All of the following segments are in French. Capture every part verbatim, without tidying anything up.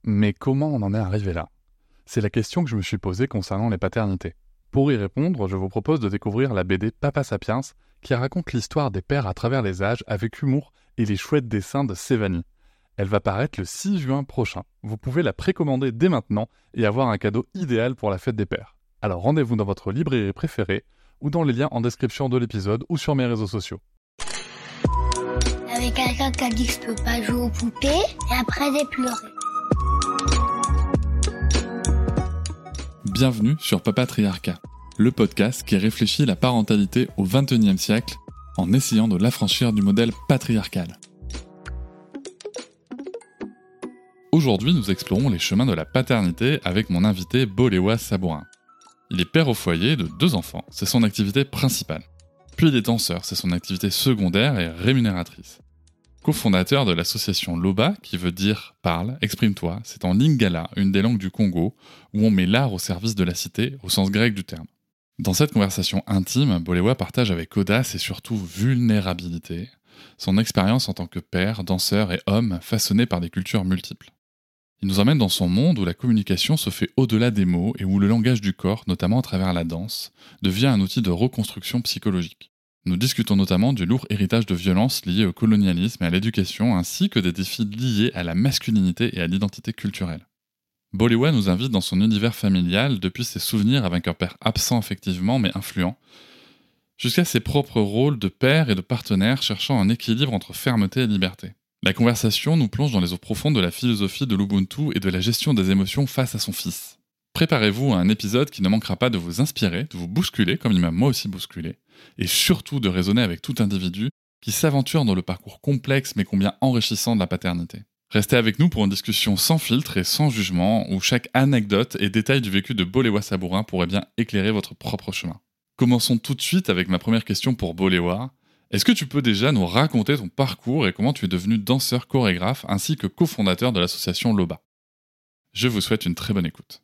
Mais comment on en est arrivé là? C'est la question que je me suis posée concernant les paternités. Pour y répondre, je vous propose de découvrir la B D Papa Sapiens, qui raconte l'histoire des pères à travers les âges avec humour et les chouettes dessins de Sévanie. Elle va paraître le six juin prochain. Vous pouvez la précommander dès maintenant et avoir un cadeau idéal pour la fête des pères. Alors rendez-vous dans votre librairie préférée ou dans les liens en description de l'épisode ou sur mes réseaux sociaux. Avec quelqu'un qui a dit que je peux pas jouer aux poupées et après j'ai pleuré. Bienvenue sur Papatriarcat, le podcast qui réfléchit la parentalité au vingt et unième siècle en essayant de l'affranchir du modèle patriarcal. Aujourd'hui, nous explorons les chemins de la paternité avec mon invité Boléwa Sabourin. Il est père au foyer de deux enfants, c'est son activité principale. Puis il est danseur, c'est son activité secondaire et rémunératrice. Co-fondateur de l'association Loba, qui veut dire « parle, exprime-toi », c'est en lingala, une des langues du Congo, où on met l'art au service de la cité, au sens grec du terme. Dans cette conversation intime, Boléwa partage avec audace et surtout vulnérabilité son expérience en tant que père, danseur et homme façonné par des cultures multiples. Il nous emmène dans son monde où la communication se fait au-delà des mots et où le langage du corps, notamment à travers la danse, devient un outil de reconstruction psychologique. Nous discutons notamment du lourd héritage de violences liées au colonialisme et à l'éducation, ainsi que des défis liés à la masculinité et à l'identité culturelle. Boléwa nous invite dans son univers familial depuis ses souvenirs avec un père absent affectivement mais influent, jusqu'à ses propres rôles de père et de partenaire cherchant un équilibre entre fermeté et liberté. La conversation nous plonge dans les eaux profondes de la philosophie de l'Ubuntu et de la gestion des émotions face à son fils. Préparez-vous à un épisode qui ne manquera pas de vous inspirer, de vous bousculer comme il m'a moi aussi bousculé, et surtout de résonner avec tout individu qui s'aventure dans le parcours complexe mais combien enrichissant de la paternité. Restez avec nous pour une discussion sans filtre et sans jugement, où chaque anecdote et détail du vécu de Boléwa Sabourin pourrait bien éclairer votre propre chemin. Commençons tout de suite avec ma première question pour Boléwa. Est-ce que tu peux déjà nous raconter ton parcours et comment tu es devenu danseur chorégraphe ainsi que cofondateur de l'association Loba? Je vous souhaite une très bonne écoute.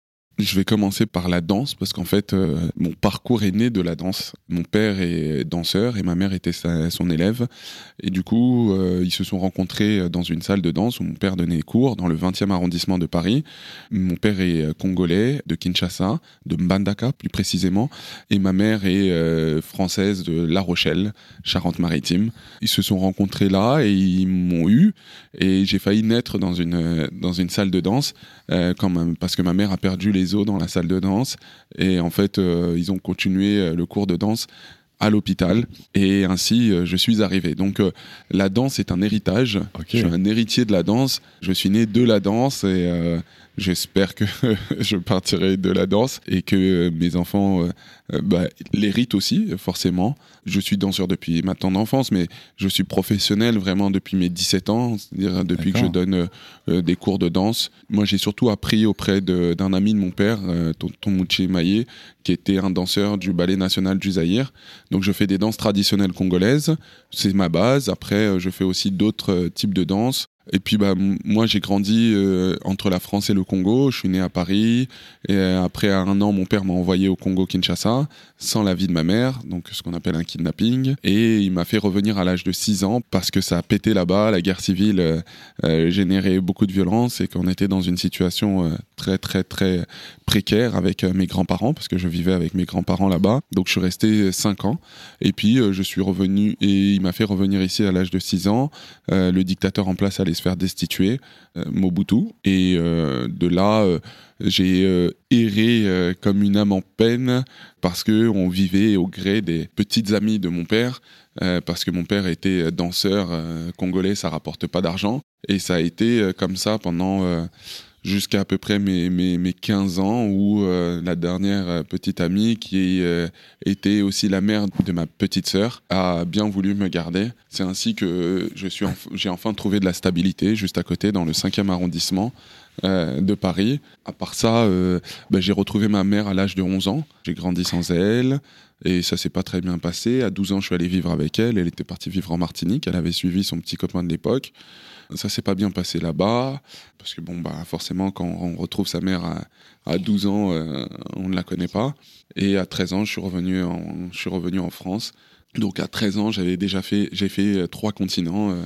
Je vais commencer par la danse parce qu'en fait, euh, mon parcours est né de la danse. Mon père est danseur et ma mère était sa, son élève. Et du coup, euh, ils se sont rencontrés dans une salle de danse où mon père donnait cours dans le vingtième arrondissement de Paris. Mon père est congolais, de Kinshasa, de Mbandaka plus précisément. Et ma mère est euh, française de La Rochelle, Charente-Maritime. Ils se sont rencontrés là et ils m'ont eu. Et j'ai failli naître dans une, dans une salle de danse euh, quand même, parce que ma mère a perdu les os dans la salle de danse et en fait euh, ils ont continué le cours de danse à l'hôpital et ainsi euh, je suis arrivé. Donc euh, la danse est un héritage. Okay. Je suis un héritier de la danse. Je suis né de la danse et euh, j'espère que je partirai de la danse et que mes enfants euh, euh, bah, l'héritent aussi forcément. Je suis danseur depuis ma tendre enfance, mais je suis professionnel vraiment depuis mes dix-sept ans, c'est-à-dire depuis D'accord. que je donne euh, des cours de danse. Moi, j'ai surtout appris auprès de, d'un ami de mon père, euh, Tonton Mouché Maillé, qui était un danseur du Ballet National du Zaïre. Donc, je fais des danses traditionnelles congolaises, c'est ma base. Après, je fais aussi d'autres euh, types de danses. Et puis bah m- moi j'ai grandi euh, entre la France et le Congo, je suis né à Paris et euh, après à un an mon père m'a envoyé au Congo Kinshasa sans l'avis de ma mère, donc ce qu'on appelle un kidnapping, et il m'a fait revenir à l'âge de six ans parce que ça a pété là-bas, la guerre civile euh, euh, générait beaucoup de violence et qu'on était dans une situation euh, très très très précaire avec euh, mes grands-parents parce que je vivais avec mes grands-parents là-bas, donc je suis resté cinq ans et puis euh, je suis revenu et il m'a fait revenir ici à l'âge de six ans, euh, le dictateur en place allait se faire destituer, euh, Mobutu, et euh, de là euh, j'ai euh, erré euh, comme une âme en peine parce que on vivait au gré des petites amies de mon père, euh, parce que mon père était danseur euh, congolais, ça rapporte pas d'argent, et ça a été euh, comme ça pendant euh, jusqu'à à peu près mes, mes, mes quinze ans où euh, la dernière euh, petite amie qui euh, était aussi la mère de ma petite sœur a bien voulu me garder. C'est ainsi que je suis enf- j'ai enfin trouvé de la stabilité juste à côté dans le cinquième arrondissement euh, de Paris. À part ça, euh, ben, j'ai retrouvé ma mère à l'âge de onze ans. J'ai grandi sans elle et ça s'est pas très bien passé. À douze ans, je suis allé vivre avec elle. Elle était partie vivre en Martinique. Elle avait suivi son petit copain de l'époque. Ça s'est pas bien passé là-bas, parce que bon, bah, forcément, quand on retrouve sa mère à, à douze ans, euh, on ne la connaît pas. Et à treize ans, je suis revenu en, je suis revenu en France. Donc à treize ans, j'avais déjà fait, j'ai fait trois continents, euh,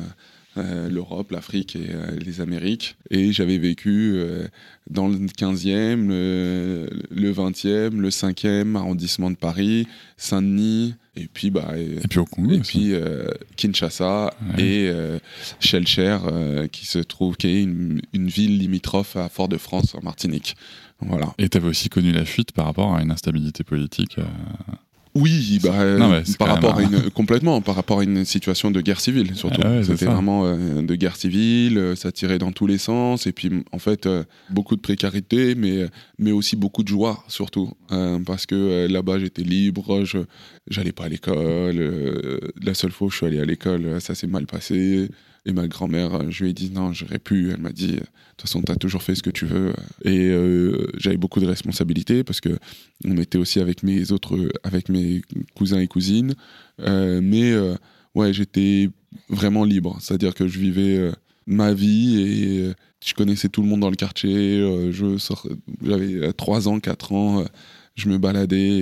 euh, l'Europe, l'Afrique et euh, les Amériques. Et j'avais vécu euh, dans le quinzième, le, le vingtième, le cinquième arrondissement de Paris, Saint-Denis, et puis, bah, et, et puis au Congo. Et aussi. puis euh, Kinshasa ouais. et euh, Shellcher, euh, qui se trouve, qui est une, une ville limitrophe à Fort-de-France, en Martinique. Voilà. Et tu avais aussi connu la fuite par rapport à une instabilité politique euh... Oui, bah, non, ouais, par rapport à une, complètement, par rapport à une situation de guerre civile, surtout. Ah ouais, C'était vraiment euh, de guerre civile, ça tirait dans tous les sens, et puis en fait, euh, beaucoup de précarité, mais, mais aussi beaucoup de joie, surtout. Euh, parce que euh, là-bas, j'étais libre, je j'allais pas à l'école. Euh, la seule fois où je suis allé à l'école, ça s'est mal passé. Et ma grand-mère, je lui ai dit non, j'aurais pu. Elle m'a dit, de toute façon, t'as toujours fait ce que tu veux. Et euh, j'avais beaucoup de responsabilités parce que on était aussi avec mes autres, avec mes cousins et cousines. Euh, mais euh, ouais, j'étais vraiment libre. C'est-à-dire que je vivais euh, ma vie et euh, je connaissais tout le monde dans le quartier. Euh, je sors, j'avais trois ans, quatre ans. Euh, je me baladais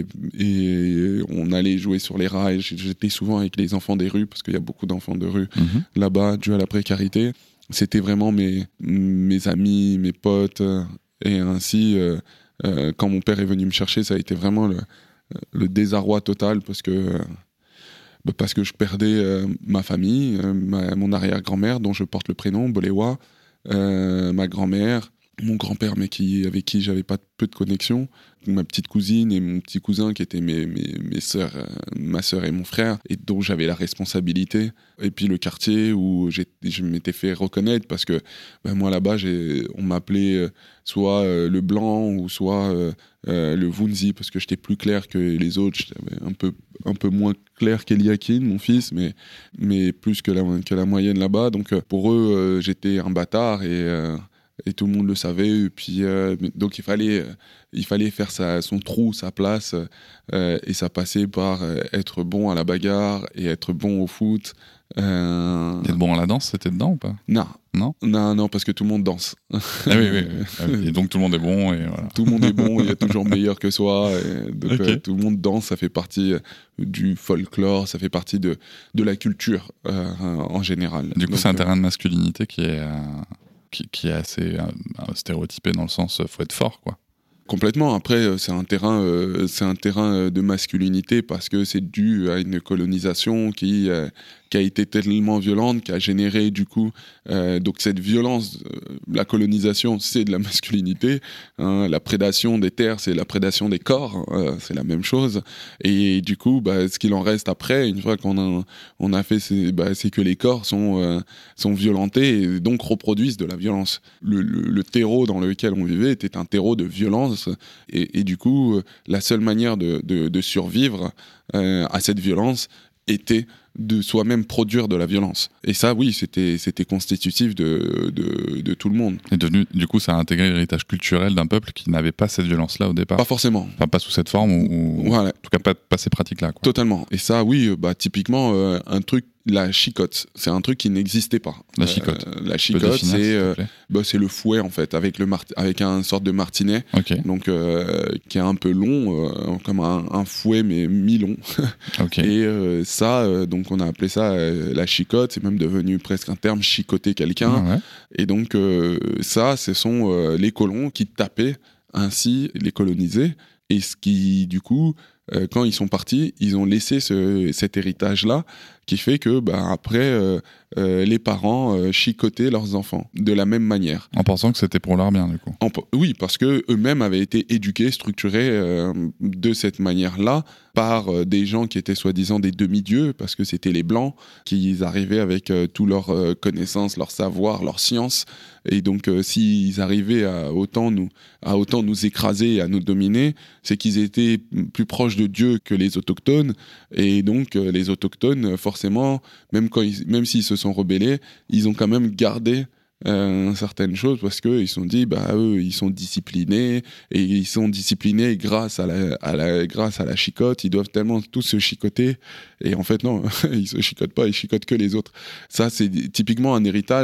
et on allait jouer sur les rails. J'étais souvent avec les enfants des rues, parce qu'il y a beaucoup d'enfants de rue mmh. là-bas, dû à la précarité. C'était vraiment mes, mes amis, mes potes. Et ainsi, euh, euh, quand mon père est venu me chercher, ça a été vraiment le, le désarroi total, parce que, euh, parce que je perdais euh, ma famille, euh, ma, mon arrière-grand-mère, dont je porte le prénom, Bolewa, euh, ma grand-mère, mon grand-père, mais qui, avec qui j'avais pas peu de connexion, ma petite cousine et mon petit cousin qui étaient mes, mes, mes sœurs, euh, ma sœur et mon frère, et dont j'avais la responsabilité. Et puis le quartier où j'ai, je m'étais fait reconnaître, parce que ben, moi là-bas, j'ai, on m'appelait euh, soit euh, le blanc ou soit euh, euh, le Vunzi, parce que j'étais plus clair que les autres. J'étais un peu, un peu moins clair qu'Eliakin, mon fils, mais, mais plus que la, que la moyenne là-bas. Donc pour eux, euh, j'étais un bâtard et... Euh, et tout le monde le savait, et puis euh, donc il fallait, euh, il fallait faire sa, son trou, sa place, euh, et ça passait par euh, être bon à la bagarre et être bon au foot. Euh... Être bon à la danse, c'était dedans ou pas ? Non. Non, non, non, parce que tout le monde danse. Ah oui, oui, oui. Et donc tout le monde est bon. Et voilà. Tout le monde est bon, il y a toujours meilleur que soi. Et donc okay. euh, tout le monde danse, ça fait partie du folklore, ça fait partie de, de la culture euh, en général. Du coup, donc, c'est un euh... terrain de masculinité qui est... Euh... Qui, qui est assez euh, stéréotypé dans le sens faut être fort, quoi. Complètement. Après, c'est un terrain, euh, c'est un terrain de masculinité parce que c'est dû à une colonisation qui, euh, qui a été tellement violente, qui a généré du coup, euh, donc cette violence, euh, la colonisation, c'est de la masculinité. Hein, la prédation des terres, c'est la prédation des corps, euh, c'est la même chose. Et du coup, bah, ce qu'il en reste après, une fois qu'on a, on a fait, c'est, bah, c'est que les corps sont, euh, sont violentés et donc reproduisent de la violence. Le, le, le terreau dans lequel on vivait était un terreau de violence. Et, et du coup, la seule manière de, de, de survivre euh, à cette violence était de soi-même produire de la violence. Et ça, oui, c'était, c'était constitutif de, de, de tout le monde. Et devenu, du coup, ça a intégré l'héritage culturel d'un peuple qui n'avait pas cette violence-là au départ. Pas forcément. Enfin, pas sous cette forme, ou, ou voilà. En tout cas, pas, pas ces pratiques-là, quoi. Totalement. Et ça, oui, bah, typiquement, euh, un truc, la chicotte, c'est un truc qui n'existait pas. La chicotte. Euh, la chicotte, c'est, euh, bah, c'est le fouet, en fait, avec, le mar- avec un sorte de martinet, okay. donc, euh, qui est un peu long, euh, comme un, un fouet, mais mi-long. Okay. Et euh, ça, euh, donc on a appelé ça euh, la chicotte, c'est même devenu presque un terme, chicoter quelqu'un. Ah ouais. Et donc euh, ça, ce sont euh, les colons qui tapaient ainsi les colonisés, et ce qui, du coup, euh, quand ils sont partis, ils ont laissé ce, cet héritage-là, qui fait que, bah, après, euh, euh, les parents euh, chicotaient leurs enfants de la même manière. En pensant que c'était pour leur bien, du coup. En, oui, parce que eux-mêmes avaient été éduqués, structurés euh, de cette manière-là par euh, des gens qui étaient soi-disant des demi-dieux, parce que c'était les Blancs qui arrivaient avec euh, toutes leurs euh, connaissances, leur savoir, leur science. Et donc, euh, s'ils arrivaient à autant, nous, à autant nous écraser et à nous dominer, c'est qu'ils étaient plus proches de Dieu que les autochtones. Et donc, euh, les autochtones, forcément, même, quand ils, même s'ils se sont rebellés, ils ont quand même gardé euh, certaines choses, parce qu'ils se sont dit, bah, eux, ils sont disciplinés, et ils sont disciplinés grâce à la, à la, grâce à la chicotte, ils doivent tellement tous se chicoter, et en fait, non, ils se chicotent pas, ils chicotent que les autres. Ça, c'est typiquement un héritage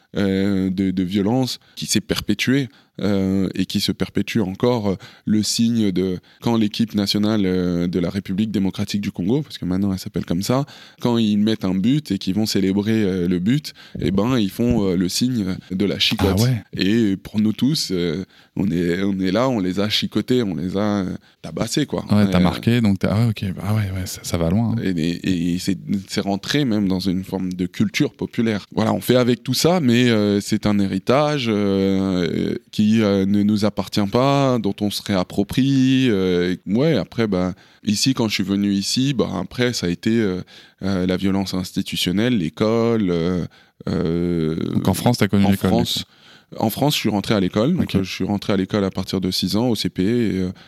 euh, de, de violence qui s'est perpétuée. Euh, et qui se perpétue encore, euh, le signe de quand l'équipe nationale euh, de la République démocratique du Congo, parce que maintenant elle s'appelle comme ça, quand ils mettent un but et qu'ils vont célébrer euh, le but, et eh ben ils font euh, le signe de la chicotte. Ah ouais. Et pour nous tous, euh, on est on est là, on les a chicotés, on les a euh, tabassés quoi. Ouais, t'as euh, marqué, donc t'as... ah ouais, ok, ah ouais, ouais, ça, ça va loin. Hein. Et, et, et c'est, c'est rentré même dans une forme de culture populaire. Voilà, on fait avec tout ça, mais euh, c'est un héritage euh, qui euh, ne nous appartient pas, dont on se réapproprie. Euh, ouais, après, bah, ici, quand je suis venu ici, bah, après, ça a été euh, euh, la violence institutionnelle, l'école. Euh, euh, Donc en France, t'as connu en l'école France, En France, je suis rentré à l'école. Donc, okay. euh, je suis rentré à l'école à partir de six ans, au C P. Et, euh,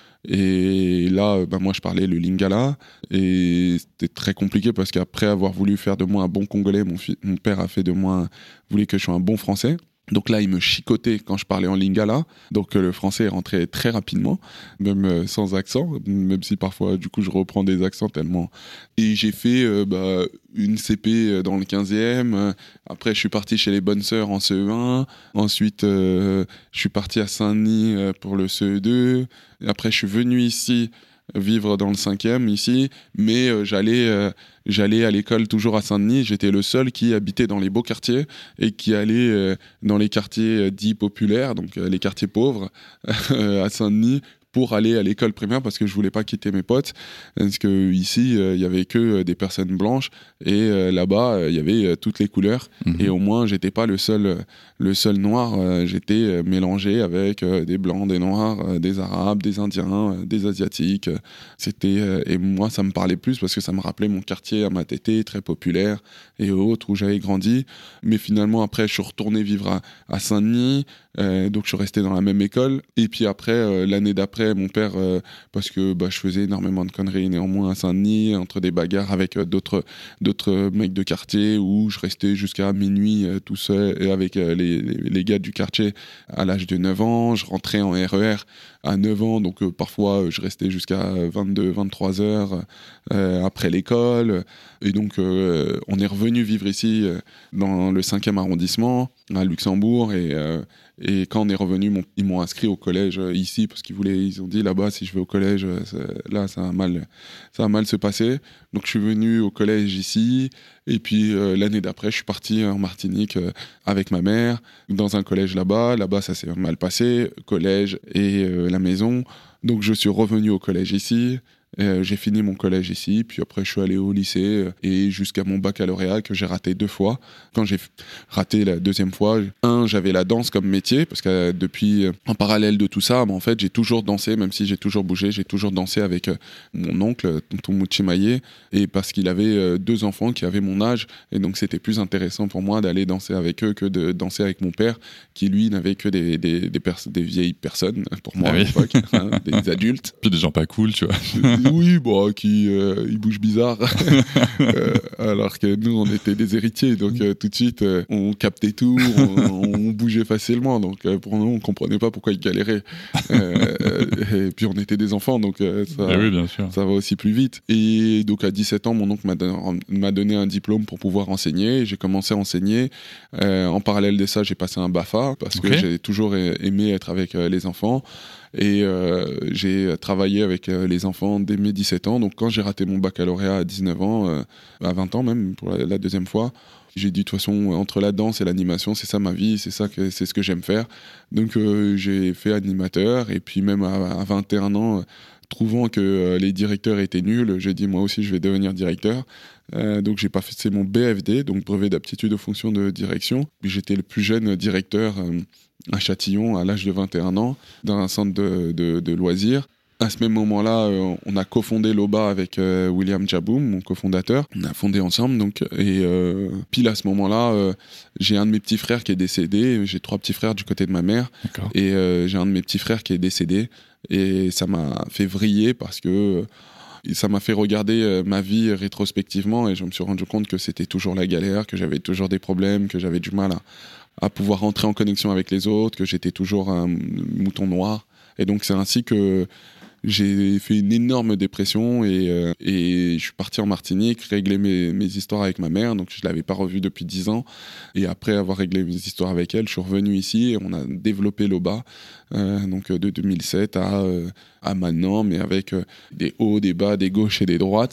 Et là, bah, moi, je parlais le lingala. Et c'était très compliqué parce qu'après avoir voulu faire de moi un bon Congolais, mon, fi- mon père a fait de moi, voulait que je sois un bon Français. Donc là, il me chicotait quand je parlais en lingala. Donc euh, le français est rentré très rapidement, même euh, sans accent, même si parfois, du coup, je reprends des accents tellement. Et j'ai fait euh, bah, une C P dans le quinzième. Après, je suis parti chez les bonnes sœurs en C E un. Ensuite, euh, je suis parti à Saint-Denis pour le C E deux. Et après, je suis venu ici vivre dans le cinquième ici, mais euh, j'allais, euh, j'allais à l'école toujours à Saint-Denis. J'étais le seul qui habitait dans les beaux quartiers et qui allait euh, dans les quartiers euh, dits populaires, donc euh, les quartiers pauvres, euh, à Saint-Denis, pour aller à l'école primaire parce que je voulais pas quitter mes potes, parce que ici il euh, y avait que euh, des personnes blanches et euh, là-bas il euh, y avait euh, toutes les couleurs mmh. Et au moins j'étais pas le seul euh, le seul noir, euh, j'étais euh, mélangé avec euh, des blancs, des noirs, euh, des arabes, des indiens, euh, des asiatiques. C'était euh, et moi ça me parlait plus parce que ça me rappelait mon quartier à Matete, très populaire et autres où j'avais grandi. Mais finalement après je suis retourné vivre à, à Saint-Denis, euh, donc je suis resté dans la même école et puis après euh, l'année d'après mon père, euh, parce que bah, je faisais énormément de conneries néanmoins à Saint-Denis, entre des bagarres avec euh, d'autres, d'autres mecs de quartier, où je restais jusqu'à minuit euh, tout seul et avec euh, les, les, les gars du quartier à l'âge de neuf ans. Je rentrais en R E R à neuf ans, donc euh, parfois euh, je restais jusqu'à vingt-deux, vingt-trois heures euh, après l'école. Et donc euh, on est revenu vivre ici euh, dans le cinquième arrondissement, à Luxembourg, et... Euh, Et quand on est revenu, mon, ils m'ont inscrit au collège euh, ici parce qu'ils voulaient, ils ont dit là-bas si je vais au collège, euh, là ça va mal, ça va mal se passer. Donc je suis venu au collège ici et puis euh, l'année d'après je suis parti en Martinique euh, avec ma mère dans un collège là-bas. Là-bas ça s'est mal passé, collège et euh, la maison. Donc je suis revenu au collège ici. Euh, j'ai fini mon collège ici, puis après je suis allé au lycée euh, et jusqu'à mon baccalauréat que j'ai raté deux fois. Quand j'ai f- raté la deuxième fois, un, j'avais la danse comme métier parce que euh, depuis, euh, en parallèle de tout ça, bah, en fait j'ai toujours dansé, même si j'ai toujours bougé, j'ai toujours dansé avec euh, mon oncle, tonton Mouchimaye, et parce qu'il avait euh, deux enfants qui avaient mon âge, et donc c'était plus intéressant pour moi d'aller danser avec eux que de danser avec mon père, qui lui n'avait que des, des, des, pers- des vieilles personnes pour moi ah à oui. l'époque, hein, des adultes. Puis des gens pas cool, tu vois. Oui, bon, qui euh, ils bougent bizarre, euh, alors que nous on était des héritiers, donc euh, tout de suite euh, on captait tout, on, on bougeait facilement, donc euh, pour nous on comprenait pas pourquoi ils galéraient. Euh, et puis on était des enfants, donc euh, ça, oui, bien sûr. ça va aussi plus vite. Et donc à dix-sept ans, mon oncle m'a, don- m'a donné un diplôme pour pouvoir enseigner. J'ai commencé à enseigner. Euh, en parallèle de ça, j'ai passé un BAFA parce okay. que j'ai toujours aimé être avec euh, les enfants. Et euh, j'ai travaillé avec euh, les enfants dès mes dix-sept ans. Donc quand j'ai raté mon baccalauréat à dix-neuf ans, euh, à vingt ans même, pour la, la deuxième fois, j'ai dit de toute façon, entre la danse et l'animation, c'est ça ma vie, c'est ça que, c'est ce que j'aime faire. Donc euh, j'ai fait animateur, et puis même à, à vingt et un ans, euh, trouvant que euh, les directeurs étaient nuls, j'ai dit moi aussi je vais devenir directeur. Euh, donc j'ai passé mon B F D, donc brevet d'aptitude aux fonctions de direction. Puis j'étais le plus jeune directeur euh, à Châtillon à l'âge de vingt et un ans, dans un centre de, de, de loisirs. À ce même moment-là, euh, on a cofondé l'O B A avec euh, William Jaboum, mon cofondateur. On a fondé ensemble, donc, et euh, pile à ce moment-là, euh, j'ai un de mes petits frères qui est décédé. J'ai trois petits frères du côté de ma mère. D'accord. Et euh, j'ai un de mes petits frères qui est décédé. Et ça m'a fait vriller parce que euh, ça m'a fait regarder euh, ma vie rétrospectivement, et je me suis rendu compte que c'était toujours la galère, que j'avais toujours des problèmes, que j'avais du mal à, à pouvoir rentrer en connexion avec les autres, que j'étais toujours un mouton noir. Et donc c'est ainsi que j'ai fait une énorme dépression et, euh, et je suis parti en Martinique régler mes, mes histoires avec ma mère, donc je l'avais pas revue depuis dix ans, et après avoir réglé mes histoires avec elle, je suis revenu ici et on a développé l'Oba, euh, donc de deux mille sept à, euh, à maintenant, mais avec euh, des hauts, des bas, des gauches et des droites.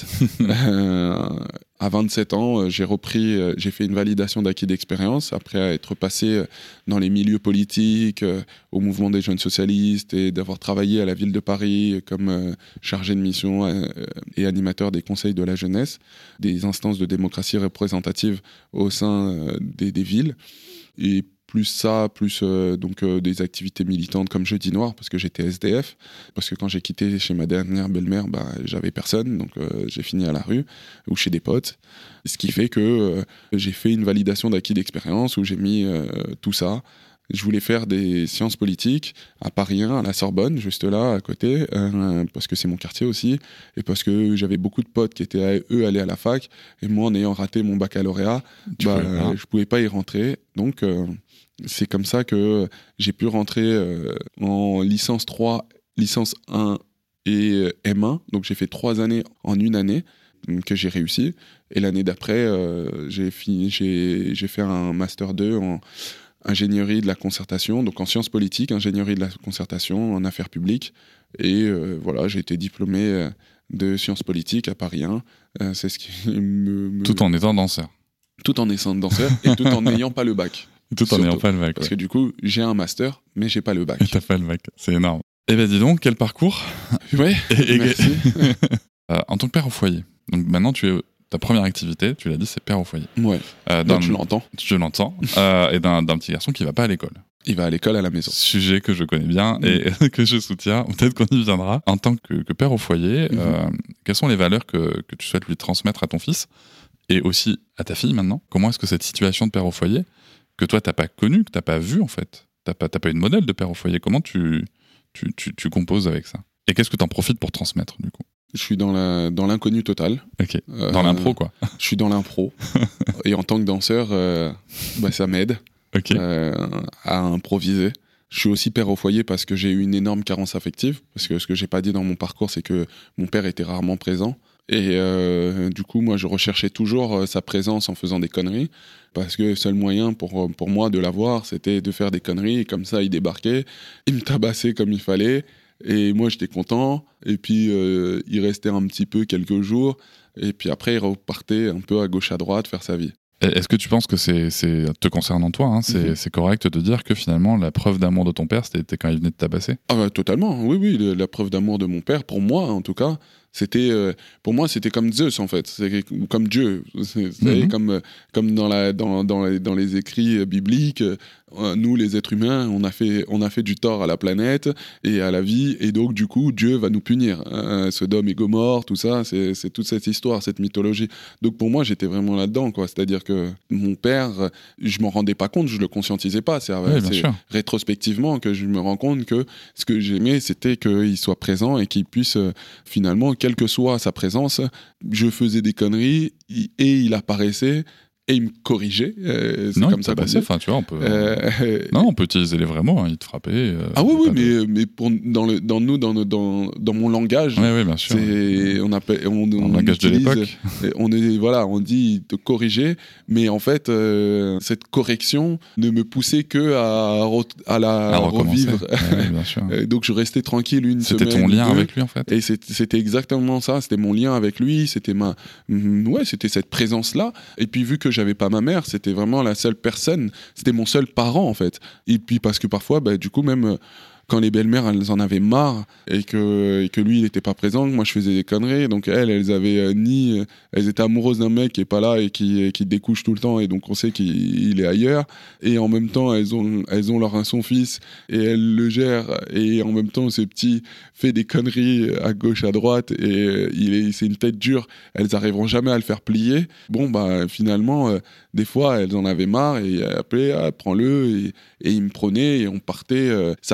euh, à vingt-sept ans, euh, j'ai repris, euh, j'ai fait une validation d'acquis d'expérience après être passé euh, dans les milieux politiques, euh, au mouvement des jeunes socialistes, et d'avoir travaillé à la ville de Paris comme euh, chargé de mission euh, et animateur des conseils de la jeunesse, des instances de démocratie représentative au sein euh, des, des villes. Et plus ça, plus euh, donc, euh, des activités militantes comme Jeudi Noir, parce que j'étais S D F, parce que quand j'ai quitté chez ma dernière belle-mère, bah, j'avais personne, donc euh, j'ai fini à la rue ou chez des potes. Ce qui fait que euh, j'ai fait une validation d'acquis d'expérience où j'ai mis euh, tout ça. Je voulais faire des sciences politiques à Paris un, à la Sorbonne, juste là, à côté, euh, parce que c'est mon quartier aussi, et parce que j'avais beaucoup de potes qui étaient, eux, allés à la fac, et moi, en ayant raté mon baccalauréat, bah, euh, je pouvais pas y rentrer. Donc, euh, c'est comme ça que j'ai pu rentrer euh, en licence trois, licence un et M un. Donc, j'ai fait trois années en une année que j'ai réussi. Et l'année d'après, euh, j'ai, fini, j'ai, j'ai fait un master deux en ingénierie de la concertation, donc en sciences politiques, ingénierie de la concertation, en affaires publiques. Et euh, voilà, j'ai été diplômé euh, de sciences politiques à Paris un. Euh, c'est ce qui me, me... Tout en étant danseur. Tout en étant danseur et tout en n'ayant pas le bac. Tout en n'ayant pas le bac. Parce ouais. que du coup, j'ai un master, mais j'ai pas le bac. T'as pas le bac, c'est énorme. Eh ben dis donc, quel parcours. Ouais, et, et, merci. euh, en tant que père au foyer, donc maintenant tu es... Ta première activité, tu l'as dit, c'est père au foyer. Ouais. Euh, Donc je l'entends. Je l'entends. euh, et d'un, d'un petit garçon qui va pas à l'école. Il va à l'école à la maison. Sujet que je connais bien et mmh. que je soutiens. Peut-être qu'on y viendra. En tant que, que père au foyer, mmh. euh, quelles sont les valeurs que, que tu souhaites lui transmettre à ton fils et aussi à ta fille maintenant? Comment est-ce que cette situation de père au foyer, que toi t'as pas connue, que t'as pas vue en fait, t'as pas, t'as pas eu de modèle de père au foyer, comment tu, tu, tu, tu composes avec ça? Et qu'est-ce que t'en profites pour transmettre du coup? Je suis dans, la, dans l'inconnu total. Ok. Dans euh, l'impro, quoi. Je suis dans l'impro. Et en tant que danseur, euh, bah, ça m'aide okay. euh, à improviser. Je suis aussi père au foyer parce que j'ai eu une énorme carence affective. Parce que ce que j'ai pas dit dans mon parcours, c'est que mon père était rarement présent. Et euh, du coup, moi, je recherchais toujours euh, sa présence en faisant des conneries. Parce que le seul moyen pour, pour moi de l'avoir, c'était de faire des conneries. Et comme ça, il débarquait, il me tabassait comme il fallait. Et moi, j'étais content. Et puis, euh, il restait un petit peu quelques jours. Et puis après, il repartait un peu à gauche, à droite, faire sa vie. Est-ce que tu penses que c'est, c'est te concernant toi, hein, c'est, mm-hmm. c'est correct de dire que finalement, la preuve d'amour de ton père, c'était quand il venait de tabasser? Ah bah, totalement, oui, oui. La, la preuve d'amour de mon père, pour moi, en tout cas, c'était, euh, pour moi, c'était comme Zeus, en fait. C'est comme Dieu. C'est, c'est mm-hmm. comme, comme dans, la, dans, dans, les, dans les écrits bibliques. Nous, les êtres humains, on a, fait, on a fait du tort à la planète et à la vie, et donc du coup, Dieu va nous punir. Hein, Sodome et Gomorrhe, tout ça, c'est, c'est toute cette histoire, cette mythologie. Donc pour moi, j'étais vraiment là-dedans, quoi. C'est-à-dire que mon père, je m'en rendais pas compte, je le conscientisais pas. C'est, oui, c'est rétrospectivement que je me rends compte que ce que j'aimais, c'était qu'il soit présent et qu'il puisse finalement, quelle que soit sa présence, je faisais des conneries et il apparaissait. Et il me corrigeait, euh, c'est non, comme ça qu'on dit. Enfin, tu vois, on peut. Euh... Non, on peut utiliser les vrais mots. Hein, il te frappait. Euh, ah oui, oui, mais, de... mais pour, dans le, dans nous, dans, le, dans, dans mon langage, oui, oui, bien sûr. C'est, on appelle, on, on langage utilise, de l'époque. On est, voilà, on dit te corriger, mais en fait, euh, cette correction ne me poussait que à, à la à revivre. Ouais, bien sûr. Donc je restais tranquille une c'était semaine. C'était ton lien deux, avec lui, en fait. Et c'était, c'était exactement ça. C'était mon lien avec lui. C'était ma, ouais, c'était cette présence-là. Et puis vu que j'avais pas ma mère, c'était vraiment la seule personne, c'était mon seul parent en fait. Et puis parce que parfois, bah, du coup même quand les belles-mères elles en avaient marre et que, et que lui il n'était pas présent, moi je faisais des conneries, donc elles elles avaient euh, ni, elles étaient amoureuses d'un mec qui est pas là et qui, qui découche tout le temps et donc on sait qu'il il est ailleurs, et en même temps elles ont, elles ont leur son fils et elles le gèrent, et en même temps ce petit fait des conneries à gauche à droite et euh, il est, c'est une tête dure, elles arriveront jamais à le faire plier. Bon bah finalement euh, des fois elles en avaient marre et après ah, prends-le, et, et ils me prenaient et on partait, euh, ça ressemble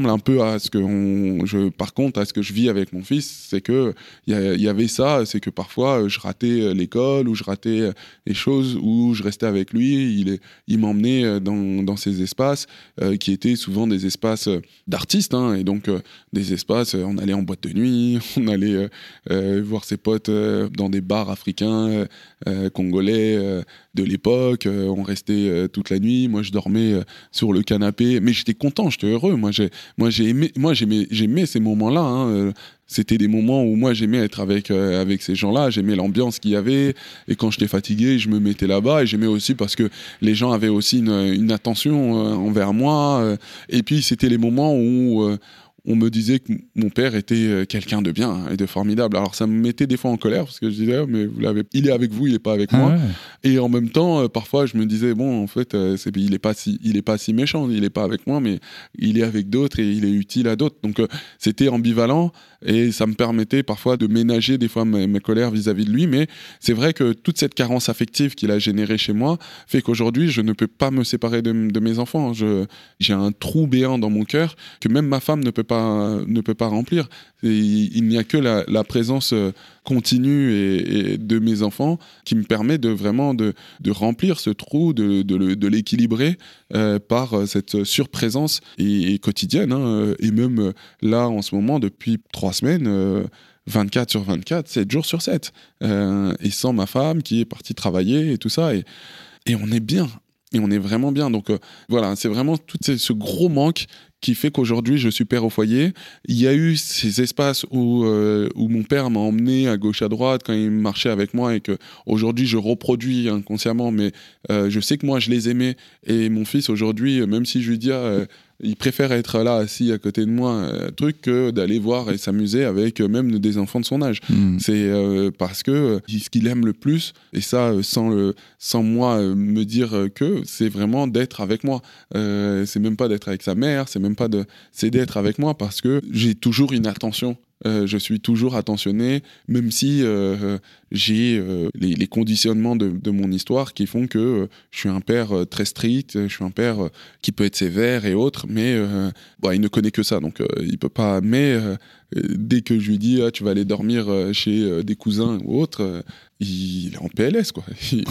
ressemble un peu à ce que on, je, par contre, à ce que je vis avec mon fils, c'est que il y, y avait ça, c'est que parfois je ratais l'école ou je ratais les choses, où je restais avec lui, il, est, il m'emmenait dans, dans ces espaces euh, qui étaient souvent des espaces d'artistes, hein, et donc euh, des espaces, on allait en boîte de nuit, on allait euh, euh, voir ses potes euh, dans des bars africains, euh, congolais euh, de l'époque, euh, on restait euh, toute la nuit, moi je dormais euh, sur le canapé, mais j'étais content, j'étais heureux, moi j'ai, moi, j'ai aimé, moi j'aimais, j'aimais ces moments-là, hein, euh, c'était des moments où moi j'aimais être avec, euh, avec ces gens-là, j'aimais l'ambiance qu'il y avait, et quand j'étais fatigué, je me mettais là-bas, et j'aimais aussi parce que les gens avaient aussi une, une attention euh, envers moi, euh, et puis c'était les moments où euh, on me disait que mon père était quelqu'un de bien et de formidable. Alors ça me mettait des fois en colère parce que je disais, oh, mais vous l'avez... il est avec vous, il n'est pas avec ah moi. Ouais. Et en même temps, euh, parfois, je me disais, bon, en fait, euh, c'est... il n'est pas, si... il est pas si méchant, il n'est pas avec moi, mais il est avec d'autres et il est utile à d'autres. Donc euh, c'était ambivalent et ça me permettait parfois de ménager des fois mes, mes colères vis-à-vis de lui. Mais c'est vrai que toute cette carence affective qu'il a générée chez moi fait qu'aujourd'hui, je ne peux pas me séparer de, de mes enfants. Je... J'ai un trou béant dans mon cœur que même ma femme ne peut pas ne peut pas remplir. Et il n'y a que la, la présence continue et, et de mes enfants qui me permet de vraiment de, de remplir ce trou, de, de, de l'équilibrer euh, par cette surprésence et, et quotidienne. Hein. Et même là, en ce moment, depuis trois semaines, euh, vingt-quatre sur vingt-quatre, sept jours sur sept. Euh, et sans ma femme qui est partie travailler et tout ça. Et, et on est bien. Et on est vraiment bien. Donc euh, voilà, c'est vraiment tout ce, ce gros manque qui fait qu'aujourd'hui, je suis père au foyer. Il y a eu ces espaces où, euh, où mon père m'a emmené à gauche, à droite, quand il marchait avec moi, et qu'aujourd'hui, je reproduis inconsciemment, mais euh, je sais que moi, je les aimais. Et mon fils, aujourd'hui, même si je lui dis... Euh, il préfère être là, assis à côté de moi, euh, truc que d'aller voir et s'amuser avec euh, même des enfants de son âge. Mmh. C'est euh, parce que euh, ce qu'il aime le plus, et ça, euh, sans, le, sans moi euh, me dire euh, que, c'est vraiment d'être avec moi. Euh, c'est même pas d'être avec sa mère, c'est même pas de... C'est d'être avec moi parce que j'ai toujours une attention. Euh, je suis toujours attentionné, même si euh, j'ai euh, les, les conditionnements de, de mon histoire qui font que euh, je suis un père euh, très strict, je suis un père euh, qui peut être sévère et autres, mais euh, bah, il ne connaît que ça, donc euh, il peut pas. Mais euh, dès que je lui dis ah, tu vas aller dormir chez euh, des cousins ou autres, euh, il est en P L S quoi. Il,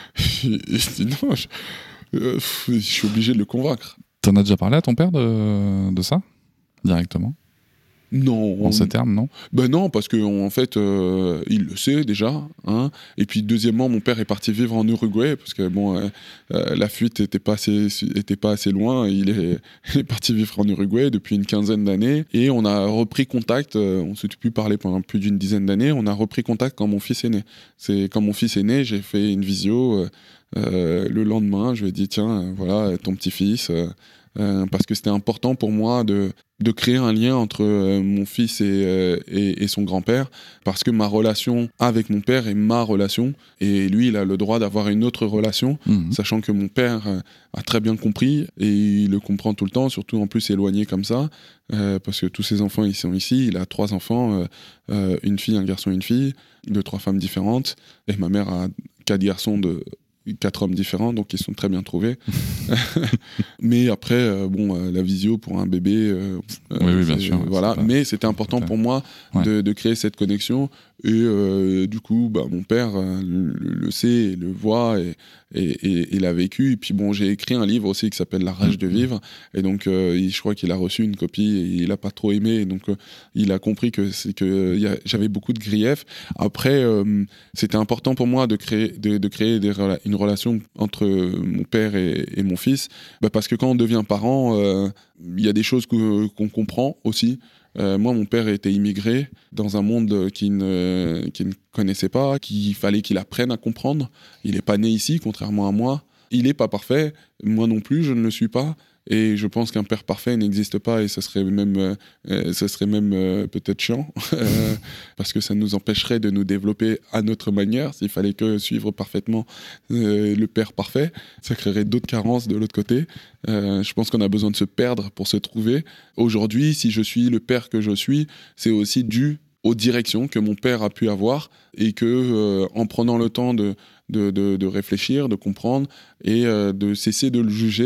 il, il, non, je, euh, je suis obligé de le convaincre. T'en as déjà parlé à ton père de, de ça directement? Non. En ces termes, non? Ben non, parce qu'en en fait, euh, il le sait déjà. Hein. Et puis, deuxièmement, mon père est parti vivre en Uruguay, parce que bon, euh, euh, la fuite n'était pas, pas assez loin. Il est, il est parti vivre en Uruguay depuis une quinzaine d'années. Et on a repris contact, euh, on ne s'est plus parlé pendant plus d'une dizaine d'années, on a repris contact quand mon fils est né. C'est quand mon fils est né, j'ai fait une visio euh, euh, le lendemain. Je lui ai dit, tiens, euh, voilà, ton petit-fils... Euh, Euh, parce que c'était important pour moi de, de créer un lien entre euh, mon fils et, euh, et, et son grand-père, parce que ma relation avec mon père est ma relation, et lui, il a le droit d'avoir une autre relation, mmh. sachant que mon père euh, a très bien compris, et il le comprend tout le temps, surtout en plus éloigné comme ça, euh, parce que tous ses enfants, ils sont ici, il a trois enfants, euh, euh, une fille, un garçon, une fille, de trois femmes différentes, et ma mère a quatre garçons de... quatre hommes différents, donc ils sont très bien trouvés. Mais après, euh, bon, euh, la visio pour un bébé, euh, oui, oui, bien sûr. Euh, voilà. Pas... Mais c'était important pour moi ouais. de, de créer cette connexion. Et euh, du coup, bah, mon père euh, le, le sait, le voit et, et, et, et l'a vécu. Et puis bon, j'ai écrit un livre aussi qui s'appelle La rage mmh. de vivre. Et donc, euh, il, je crois qu'il a reçu une copie et il n'a pas trop aimé. Et donc, euh, il a compris que, c'est que y a, j'avais beaucoup de griefs. Après, euh, c'était important pour moi de créer, de, de créer des rela- une relation entre mon père et, et mon fils. Bah, parce que quand on devient parent, il euh, y a des choses que, qu'on comprend aussi. Euh, moi, mon père était immigré dans un monde qu'il ne, qu'il ne connaissait pas, qu'il fallait qu'il apprenne à comprendre. Il n'est pas né ici, contrairement à moi. Il n'est pas parfait. Moi non plus, je ne le suis pas. Et je pense qu'un père parfait n'existe pas, et ce serait même, euh, ce serait même euh, peut-être chiant, euh, parce que ça nous empêcherait de nous développer à notre manière. S'il fallait que suivre parfaitement euh, le père parfait, ça créerait d'autres carences de l'autre côté. Euh, je pense qu'on a besoin de se perdre pour se trouver. Aujourd'hui, si je suis le père que je suis, c'est aussi dû aux directions que mon père a pu avoir, et que euh, en prenant le temps de, de, de, de réfléchir, de comprendre et euh, de cesser de le juger,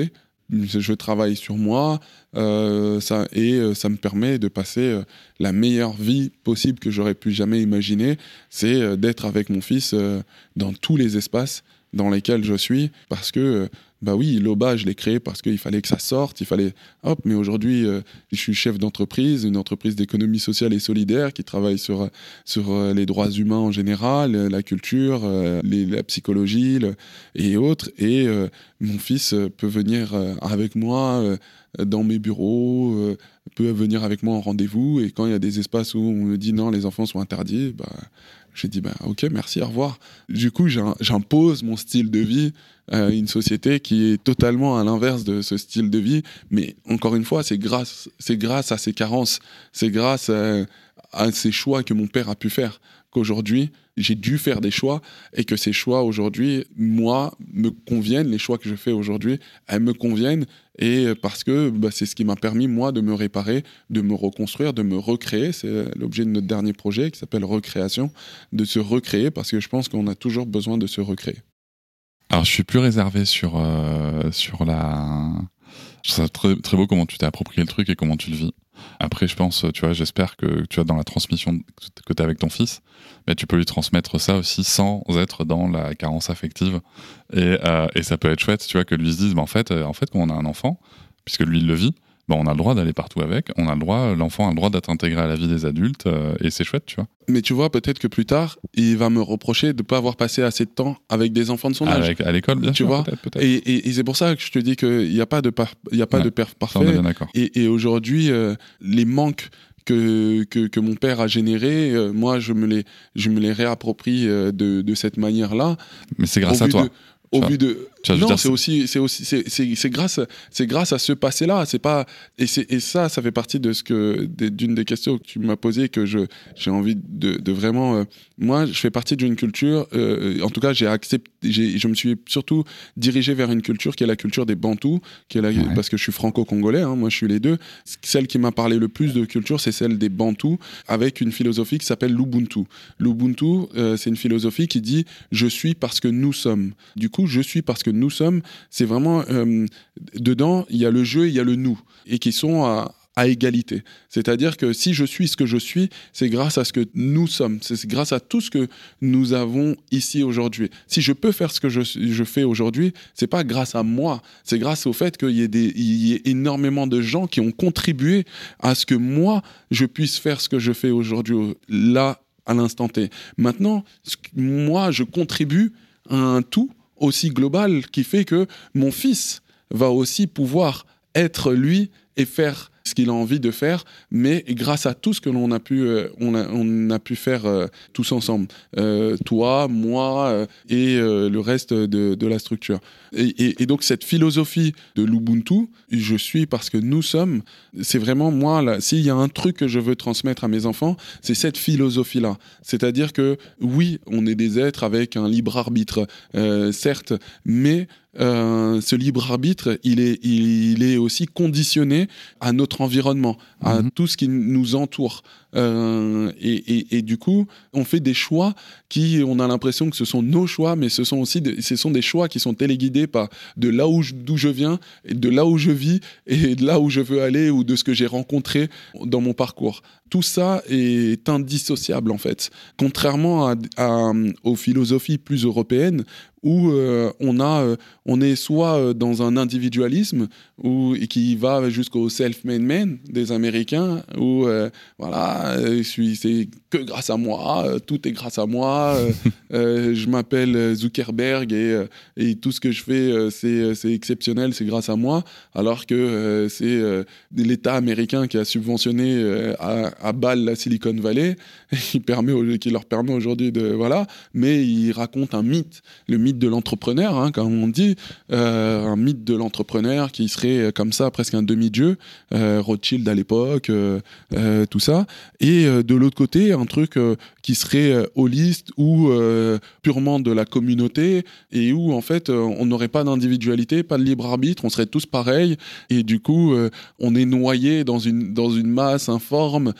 je travaille sur moi euh, ça, et euh, ça me permet de passer euh, la meilleure vie possible que j'aurais pu jamais imaginer. C'est euh, d'être avec mon fils euh, dans tous les espaces dans lesquels je suis, parce que euh, bah oui, Loba, je l'ai créé parce qu'il fallait que ça sorte, il fallait hop, mais aujourd'hui euh, je suis chef d'entreprise, une entreprise d'économie sociale et solidaire qui travaille sur, sur euh, les droits humains en général, euh, la culture, euh, les, la psychologie le, et autres, et euh, mon fils euh, peut venir euh, avec moi euh, dans mes bureaux, euh, peut venir avec moi en rendez-vous, et quand il y a des espaces où on me dit non, les enfants sont interdits, bah, j'ai dit bah, ok, merci, au revoir. Du coup, j'impose mon style de vie à une société qui est totalement à l'inverse de ce style de vie, mais encore une fois, c'est grâce, c'est grâce à ses carences, c'est grâce à, à ces choix que mon père a pu faire qu'aujourd'hui, j'ai dû faire des choix, et que ces choix aujourd'hui, moi, me conviennent, les choix que je fais aujourd'hui, elles me conviennent, et parce que bah, c'est ce qui m'a permis, moi, de me réparer, de me reconstruire, de me recréer. C'est l'objet de notre dernier projet qui s'appelle Recréation, de se recréer, parce que je pense qu'on a toujours besoin de se recréer. Alors, je suis plus réservé sur, euh, sur la... Je trouve ça très, très beau comment tu t'es approprié le truc et comment tu le vis. Après, je pense, tu vois, j'espère que tu as dans la transmission que tu as avec ton fils, bah, tu peux lui transmettre ça aussi sans être dans la carence affective. Et, euh, et ça peut être chouette, tu vois, que lui se dise, bah, en fait, euh, en fait, quand on a un enfant, puisque lui, il le vit, bah, on a le droit d'aller partout avec, on a le droit, l'enfant a le droit d'être intégré à la vie des adultes, euh, et c'est chouette, tu vois. Mais tu vois, peut-être que plus tard, il va me reprocher de ne pas avoir passé assez de temps avec des enfants de son âge. Avec, à l'école, bien tu sûr, vois peut-être, peut-être. Et, et, et c'est pour ça que je te dis qu'il n'y a pas de, par, y a pas ouais, de père parfait. Ça, on est bien d'accord. Et, et aujourd'hui, euh, les manques que, que, que mon père a générés, euh, moi, je me les, je me les réapproprie euh, de, de cette manière-là. Mais c'est grâce à toi. De, au vu de non, c'est aussi c'est aussi c'est c'est c'est grâce c'est grâce à ce passé là, c'est pas et c'est et ça ça fait partie de ce que d'une des questions que tu m'as posées, que je j'ai envie de de vraiment euh, moi je fais partie d'une culture euh, en tout cas j'ai accepté j'ai je me suis surtout dirigé vers une culture qui est la culture des Bantous, qui est la, ouais. parce que je suis franco-congolais, hein, moi je suis les deux. Celle qui m'a parlé le plus de culture, c'est celle des Bantous, avec une philosophie qui s'appelle l'Ubuntu. L'Ubuntu, euh, c'est une philosophie qui dit je suis parce que nous sommes. Du coup, je suis parce que nous sommes, c'est vraiment euh, dedans, il y a le je, il y a le nous, et qui sont à, à égalité. C'est-à-dire que si je suis ce que je suis, c'est grâce à ce que nous sommes, c'est grâce à tout ce que nous avons ici aujourd'hui. Si je peux faire ce que je, je fais aujourd'hui, c'est pas grâce à moi, c'est grâce au fait qu'il y ait des, il y ait énormément de gens qui ont contribué à ce que moi, je puisse faire ce que je fais aujourd'hui, là, à l'instant T. Maintenant, moi, je contribue à un tout aussi global qui fait que mon fils va aussi pouvoir être lui et faire ce qu'il a envie de faire, mais grâce à tout ce que l'on a pu, euh, on a, on a pu faire euh, tous ensemble. Euh, toi, moi euh, et euh, le reste de, de la structure. Et, et, et donc cette philosophie de l'Ubuntu, je suis parce que nous sommes, c'est vraiment moi, là, s'il y a un truc que je veux transmettre à mes enfants, c'est cette philosophie-là. C'est-à-dire que oui, on est des êtres avec un libre arbitre, euh, certes, mais Euh, ce libre arbitre, il est, il est aussi conditionné à notre environnement, à mmh. tout ce qui nous entoure. Euh, et, et, et du coup, on fait des choix qui, on a l'impression que ce sont nos choix, mais ce sont aussi des, ce sont des choix qui sont téléguidés par de là où je, d'où je viens, et de là où je vis, et de là où je veux aller, ou de ce que j'ai rencontré dans mon parcours. Tout ça est indissociable, en fait. Contrairement à, à, aux philosophies plus européennes, où euh, on, a, euh, on est soit euh, dans un individualisme où, qui va jusqu'au self-made man des Américains, où euh, voilà, euh, je suis, c'est que grâce à moi, euh, tout est grâce à moi, euh, euh, je m'appelle Zuckerberg et, euh, et tout ce que je fais, euh, c'est, c'est exceptionnel, c'est grâce à moi, alors que euh, c'est euh, l'État américain qui a subventionné euh, à, à balle la Silicon Valley, qui, permet, qui leur permet aujourd'hui de... Voilà, mais il raconte un mythe, le mythe de l'entrepreneur, hein, comme on dit, euh, un mythe de l'entrepreneur qui serait comme ça, presque un demi-dieu, euh, Rothschild à l'époque, euh, euh, tout ça. Et euh, de l'autre côté, un truc euh, qui serait euh, holiste ou euh, purement de la communauté, et où en fait, euh, on n'aurait pas d'individualité, pas de libre arbitre, on serait tous pareils, et du coup, euh, on est noyé dans une, dans une masse informe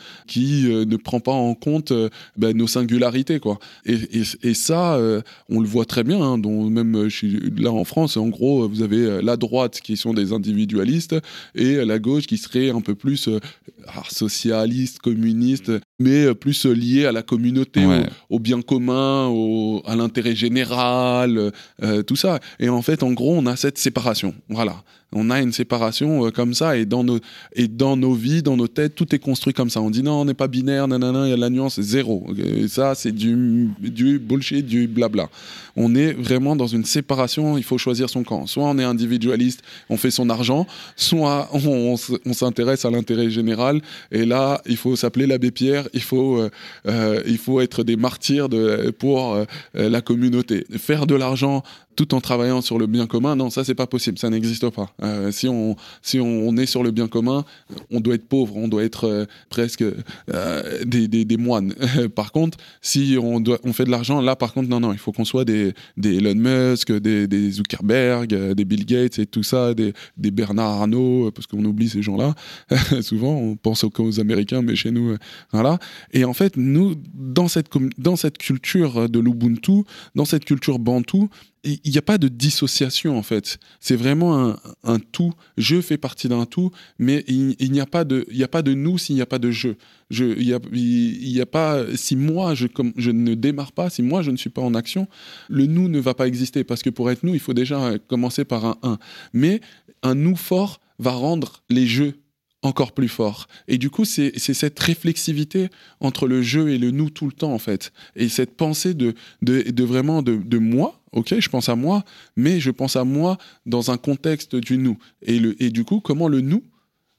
qui euh, ne prend pas en compte euh, bah, nos singularités, quoi. Et, et, et ça, euh, on le voit très bien, hein, dont même chez, là en France, en gros, vous avez la droite qui sont des individualistes et la gauche qui serait un peu plus euh, socialiste, communiste, mais plus lié à la communauté, ouais. au, au bien commun, au, à l'intérêt général, euh, tout ça. Et en fait, en gros, on a cette séparation. Voilà. On a une séparation euh, comme ça, et dans, nos, et dans nos vies, dans nos têtes, tout est construit comme ça. On dit non, on n'est pas binaire, nanana, il y a la nuance, zéro. Et ça, c'est du, du bullshit, du blabla. On est vraiment dans une séparation, il faut choisir son camp. Soit on est individualiste, on fait son argent, soit on, on, on s'intéresse à l'intérêt général, et là, il faut s'appeler l'abbé Pierre, il faut, euh, euh, il faut être des martyrs de, pour euh, la communauté. Faire de l'argent tout en travaillant sur le bien commun, non, ça c'est pas possible, ça n'existe pas. Euh, si on si on, on est sur le bien commun, on doit être pauvre, on doit être euh, presque euh, des, des, des moines. Par contre, si on doit on fait de l'argent, là par contre non non, il faut qu'on soit des des Elon Musk, des, des Zuckerberg, des Bill Gates et tout ça, des, des Bernard Arnault, parce qu'on oublie ces gens-là. Souvent, on pense aux, aux Américains, mais chez nous, euh, voilà. Et en fait, nous, dans cette dans cette culture de l'Ubuntu, dans cette culture bantou, il n'y a pas de dissociation, en fait. C'est vraiment un, un tout. Je fais partie d'un tout, mais il, il n'y a pas de, il n'y a pas de nous s'il n'y a pas de je. je il y a, il y a pas, si moi, je, comme, je ne démarre pas, si moi, je ne suis pas en action, le nous ne va pas exister. Parce que pour être nous, il faut déjà commencer par un un. Mais un nous fort va rendre les jeux encore plus fort. Et du coup, c'est, c'est cette réflexivité entre le jeu et le nous tout le temps, en fait. Et cette pensée de, de, de vraiment de, de moi, ok, je pense à moi, mais je pense à moi dans un contexte du nous. Et, le, et du coup, comment le nous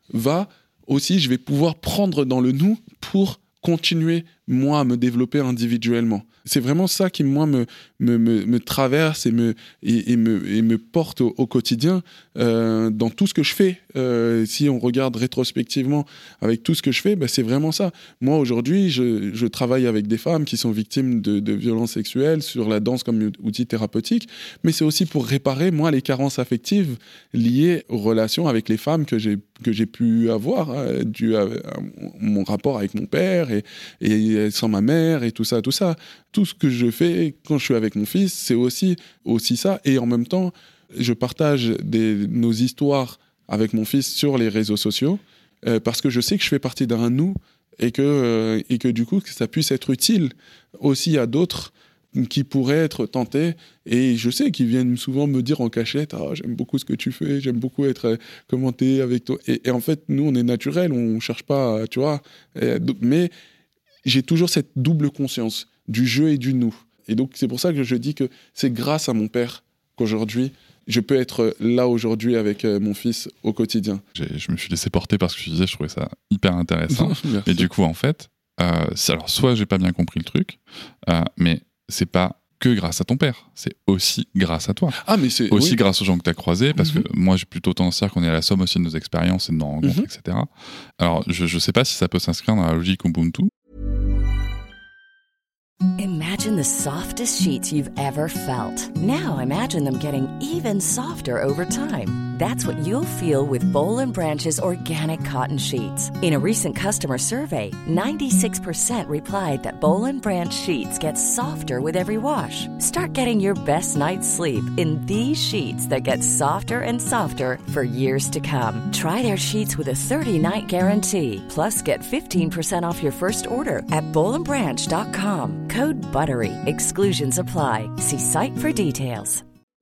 va aussi, je vais pouvoir prendre dans le nous pour continuer, moi, à me développer individuellement. C'est vraiment ça qui, moi, me, me, me, me traverse et me, et, et me, et me porte au, au quotidien euh, dans tout ce que je fais. Euh, si on regarde rétrospectivement avec tout ce que je fais, bah, c'est vraiment ça. Moi, aujourd'hui, je, je travaille avec des femmes qui sont victimes de, de violences sexuelles sur la danse comme outil thérapeutique, mais c'est aussi pour réparer, moi, les carences affectives liées aux relations avec les femmes que j'ai, que j'ai pu avoir, hein, dû à, à mon rapport avec mon père et, et sans ma mère et tout ça, tout ça. Tout ce que je fais quand je suis avec mon fils, c'est aussi, aussi ça. Et en même temps, je partage des, nos histoires avec mon fils sur les réseaux sociaux euh, parce que je sais que je fais partie d'un nous et que, euh, et que du coup, que ça puisse être utile aussi à d'autres qui pourraient être tentés. Et je sais qu'ils viennent souvent me dire en cachette « Ah, j'aime beaucoup ce que tu fais, j'aime beaucoup être commenté avec toi. » Et, et en fait, nous, on est naturels, on ne cherche pas, tu vois. Et, mais j'ai toujours cette double conscience du jeu et du nous. Et donc, c'est pour ça que je dis que c'est grâce à mon père qu'aujourd'hui, je peux être là aujourd'hui avec mon fils au quotidien. J'ai, je me suis laissé porter parce que tu disais, je trouvais ça hyper intéressant. Et du coup, en fait, euh, alors soit j'ai pas bien compris le truc, euh, mais c'est pas que grâce à ton père, c'est aussi grâce à toi. Ah, mais c'est aussi oui. grâce aux gens que tu as croisés, parce mm-hmm. que moi j'ai plutôt tendance à dire qu'on est à la somme aussi de nos expériences et de nos rencontres, mm-hmm. et cetera. Alors, je, je sais pas si ça peut s'inscrire dans la logique Ubuntu. Imagine the softest sheets you've ever felt. Now imagine them getting even softer over time. That's what you'll feel with Boll and Branch's organic cotton sheets. In a recent customer survey, ninety-six percent replied that Boll and Branch sheets get softer with every wash. Start getting your best night's sleep in these sheets that get softer and softer for years to come. Try their sheets with a thirty-night guarantee. Plus, get fifteen percent off your first order at boll and branch dot com. Code BUTTERY. Exclusions apply. See site for details.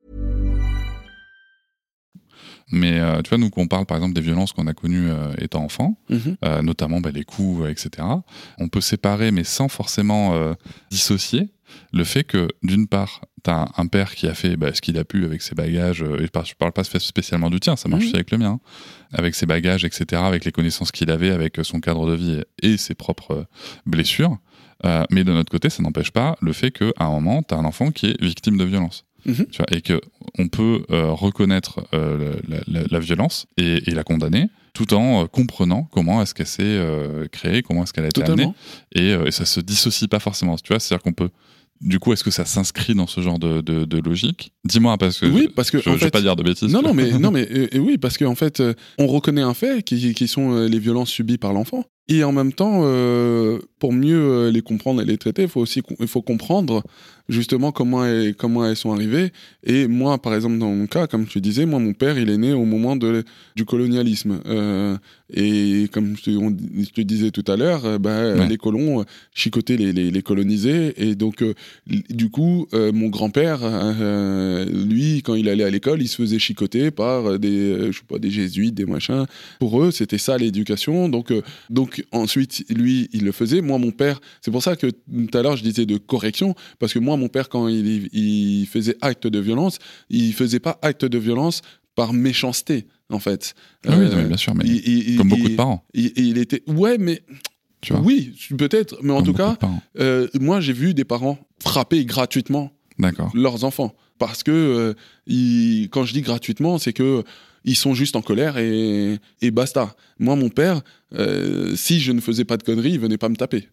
Mais euh, tu vois, nous, quand on parle par exemple des violences qu'on a connues euh, étant enfant, mm-hmm. euh, notamment bah, les coups, euh, et cetera, on peut séparer, mais sans forcément euh, dissocier, le fait que, d'une part, tu as un père qui a fait bah, ce qu'il a pu avec ses bagages, euh, et je parle pas spécialement du tien, ça marche mm-hmm. aussi avec le mien, hein, avec ses bagages, et cetera, avec les connaissances qu'il avait, avec son cadre de vie et ses propres euh, blessures. Euh, mais de notre côté, ça n'empêche pas le fait qu'à un moment, tu as un enfant qui est victime de violence. Mmh. Tu vois, et qu'on peut euh, reconnaître euh, la, la, la violence et, et la condamner tout en euh, comprenant comment est-ce qu'elle s'est euh, créée, comment est-ce qu'elle a été Totalement. amenée. Et, euh, et ça se dissocie pas forcément. Tu vois, c'est-à-dire qu'on peut... Du coup, est-ce que ça s'inscrit dans ce genre de, de, de logique ? Dis-moi, parce que, oui, parce que je ne vais pas dire de bêtises. Non, non, mais, non, mais euh, oui, parce qu'en fait, euh, on reconnaît un fait qui, qui sont euh, les violences subies par l'enfant. Et en même temps, euh, pour mieux les comprendre et les traiter, il faut aussi il faut comprendre justement comment elles, comment elles sont arrivées. Et moi, par exemple, dans mon cas, comme tu disais, moi, mon père, il est né au moment de, du colonialisme. Euh, et comme je te, on, je te disais tout à l'heure, euh, bah, ouais. les colons chicotaient les, les, les colonisés. Et donc, euh, du coup, euh, mon grand-père, euh, lui, quand il allait à l'école, il se faisait chicoter par des, je sais pas, des jésuites, des machins. Pour eux, c'était ça l'éducation. Donc, euh, donc ensuite, lui, il le faisait. Moi, mon père, c'est pour ça que tout à l'heure, je disais de correction, parce que moi, mon père, quand il, il faisait acte de violence, il faisait pas acte de violence par méchanceté, en fait. Ah euh, oui, bien sûr, mais il, il, comme beaucoup il, de parents. Il, il était... Ouais, mais... Tu vois, oui, peut-être, mais en tout cas, euh, moi, j'ai vu des parents frapper gratuitement D'accord. leurs enfants. Parce que, euh, ils... quand je dis gratuitement, c'est que ils sont juste en colère et, et basta. Moi, mon père, euh, si je ne faisais pas de conneries, il venait pas me taper.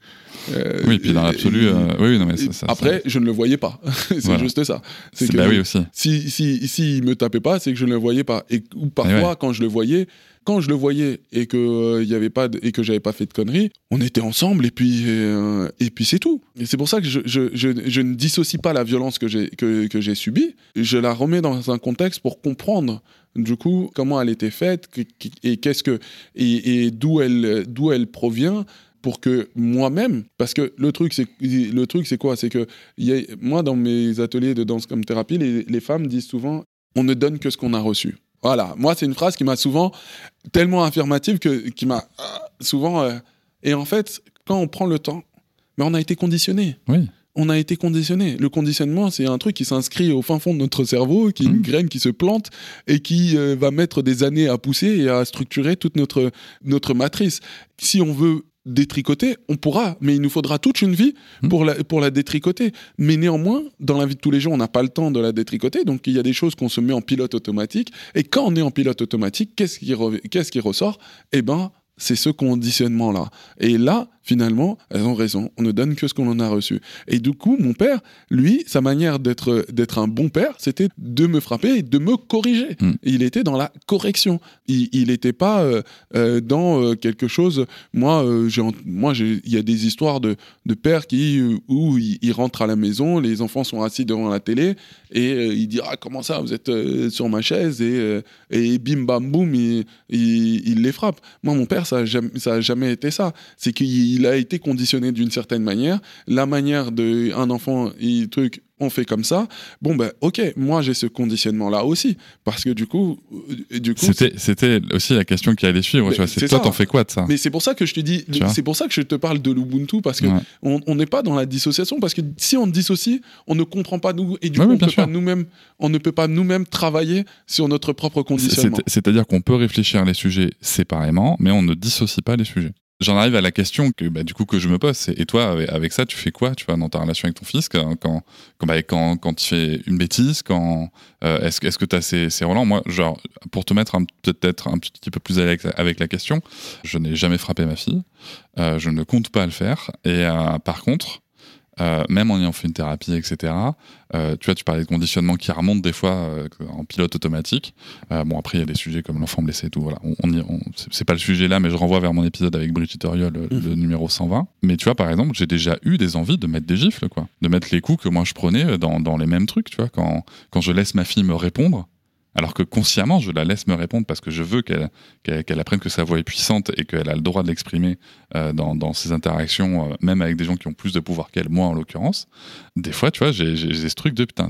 euh, oui, puis dans l'absolu, euh, oui, non, mais ça, ça, après, ça... je ne le voyais pas. c'est voilà. juste ça. C'est, c'est que bah oui aussi. Si, si, si il me tapait pas, c'est que je ne le voyais pas. Et ou parfois, ouais. quand je le voyais, quand je le voyais et que euh, il y avait pas de, et que j'avais pas fait de conneries, on était ensemble et puis euh, et puis c'est tout. Et c'est pour ça que je, je, je, je ne dissocie pas la violence que j'ai que, que j'ai subie. Je la remets dans un contexte pour comprendre du coup comment elle était faite et qu'est-ce que et, et d'où elle d'où elle provient. Pour que moi-même, parce que le truc c'est le truc c'est quoi, c'est que y a, moi dans mes ateliers de danse comme thérapie, les, les femmes disent souvent on ne donne que ce qu'on a reçu. Voilà, moi c'est une phrase qui m'a souvent tellement affirmative que qui m'a euh, souvent euh, et en fait quand on prend le temps, mais on a été conditionné. Oui. On a été conditionné. Le conditionnement, c'est un truc qui s'inscrit au fin fond de notre cerveau, qui est une mmh. graine qui se plante et qui euh, va mettre des années à pousser et à structurer toute notre notre matrice. Si on veut détricoter, on pourra, mais il nous faudra toute une vie pour la, pour la détricoter. Mais néanmoins, dans la vie de tous les jours, on n'a pas le temps de la détricoter, donc il y a des choses qu'on se met en pilote automatique, et quand on est en pilote automatique, qu'est-ce qui, re- qu'est-ce qui ressort ? Eh ben, c'est ce conditionnement-là. Et là, finalement, elles ont raison, on ne donne que ce qu'on en a reçu. Et du coup, mon père, lui, sa manière d'être, d'être un bon père, c'était de me frapper et de me corriger. Mmh. Il était dans la correction. Il n'était pas euh, euh, dans euh, quelque chose... Moi, euh, j'ai, moi j'ai, il y a des histoires de, de pères qui, euh, où ils, ils rentrent à la maison, les enfants sont assis devant la télé, et euh, il dit « Ah, comment ça, vous êtes euh, sur ma chaise ?» et, euh, et bim, bam, boum, il, il, il les frappe. Moi, mon père, ça n'a jamais, ça a jamais été ça. C'est qu'il il a été conditionné d'une certaine manière. La manière d'un enfant, il, truc, on fait comme ça. Bon, ben, ok, moi, j'ai ce conditionnement-là aussi. Parce que du coup... Du coup c'était, c'était aussi la question qui allait suivre. Tu vois, c'est, c'est toi, ça. T'en fais quoi de ça ? Mais c'est pour ça que je te dis... C'est pour ça que je te parle de l'Ubuntu, parce qu'on ouais. n'est pas dans la dissociation. Parce que si on dissocie, on ne comprend pas nous. Et du ouais, coup, on, peut pas nous-mêmes, on ne peut pas nous-mêmes travailler sur notre propre conditionnement. C'est, c'est-à-dire qu'on peut réfléchir les sujets séparément, mais on ne dissocie pas les sujets. J'en arrive à la question que bah, du coup que je me pose, c'est et toi avec, avec ça tu fais quoi, tu vois, dans ta relation avec ton fils quand quand quand bah, quand, quand tu fais une bêtise, quand euh, est-ce est-ce que tu as ces ces relents. Moi, genre pour te mettre un, peut-être un petit peu plus à l'aise avec la question, je n'ai jamais frappé ma fille, euh, je ne compte pas le faire et euh, par contre Euh, même en ayant fait une thérapie, et cetera. Euh, tu vois, tu parlais de conditionnement qui remonte des fois euh, en pilote automatique. Euh, bon, après, il y a des sujets comme l'enfant blessé et tout. Voilà, on, on y, on, c'est, c'est pas le sujet là, mais je renvoie vers mon épisode avec Brigitte Auriol, le, mmh. le numéro cent vingt. Mais tu vois, par exemple, j'ai déjà eu des envies de mettre des gifles, quoi, de mettre les coups que moi je prenais dans, dans les mêmes trucs. Tu vois, quand quand je laisse ma fille me répondre. Alors que consciemment, je la laisse me répondre parce que je veux qu'elle, qu'elle, qu'elle apprenne que sa voix est puissante et qu'elle a le droit de l'exprimer euh, dans, dans ses interactions, euh, même avec des gens qui ont plus de pouvoir qu'elle, moi en l'occurrence. Des fois, tu vois, j'ai, j'ai, j'ai ce truc de putain.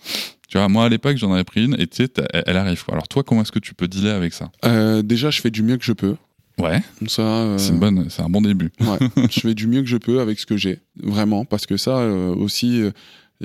Tu vois, moi à l'époque, j'en avais pris une et tu sais, elle, elle arrive. Quoi. Alors toi, comment est-ce que tu peux dealer avec ça ? euh, Déjà, je fais du mieux que je peux. Ouais. Ça, euh... c'est une bonne, c'est un bon début. Ouais. Je fais du mieux que je peux avec ce que j'ai, vraiment, parce que ça euh, aussi. Euh,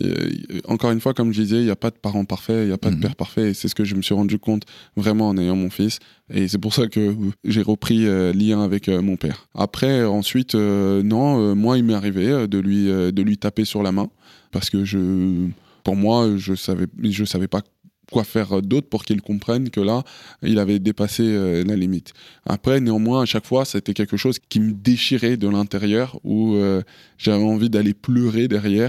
Et encore une fois, comme je disais, il n'y a pas de parent parfait, il n'y a pas mmh. de père parfait, et c'est ce que je me suis rendu compte vraiment en ayant mon fils. Et c'est pour ça que j'ai repris euh, lien avec euh, mon père. Après, ensuite, euh, non, euh, moi, il m'est arrivé euh, de lui, euh, de lui taper sur la main, parce que je, pour moi, je savais, je savais pas quoi faire d'autre pour qu'il comprenne que là, il avait dépassé euh, la limite. Après, néanmoins, à chaque fois, c'était quelque chose qui me déchirait de l'intérieur, où euh, j'avais envie d'aller pleurer derrière.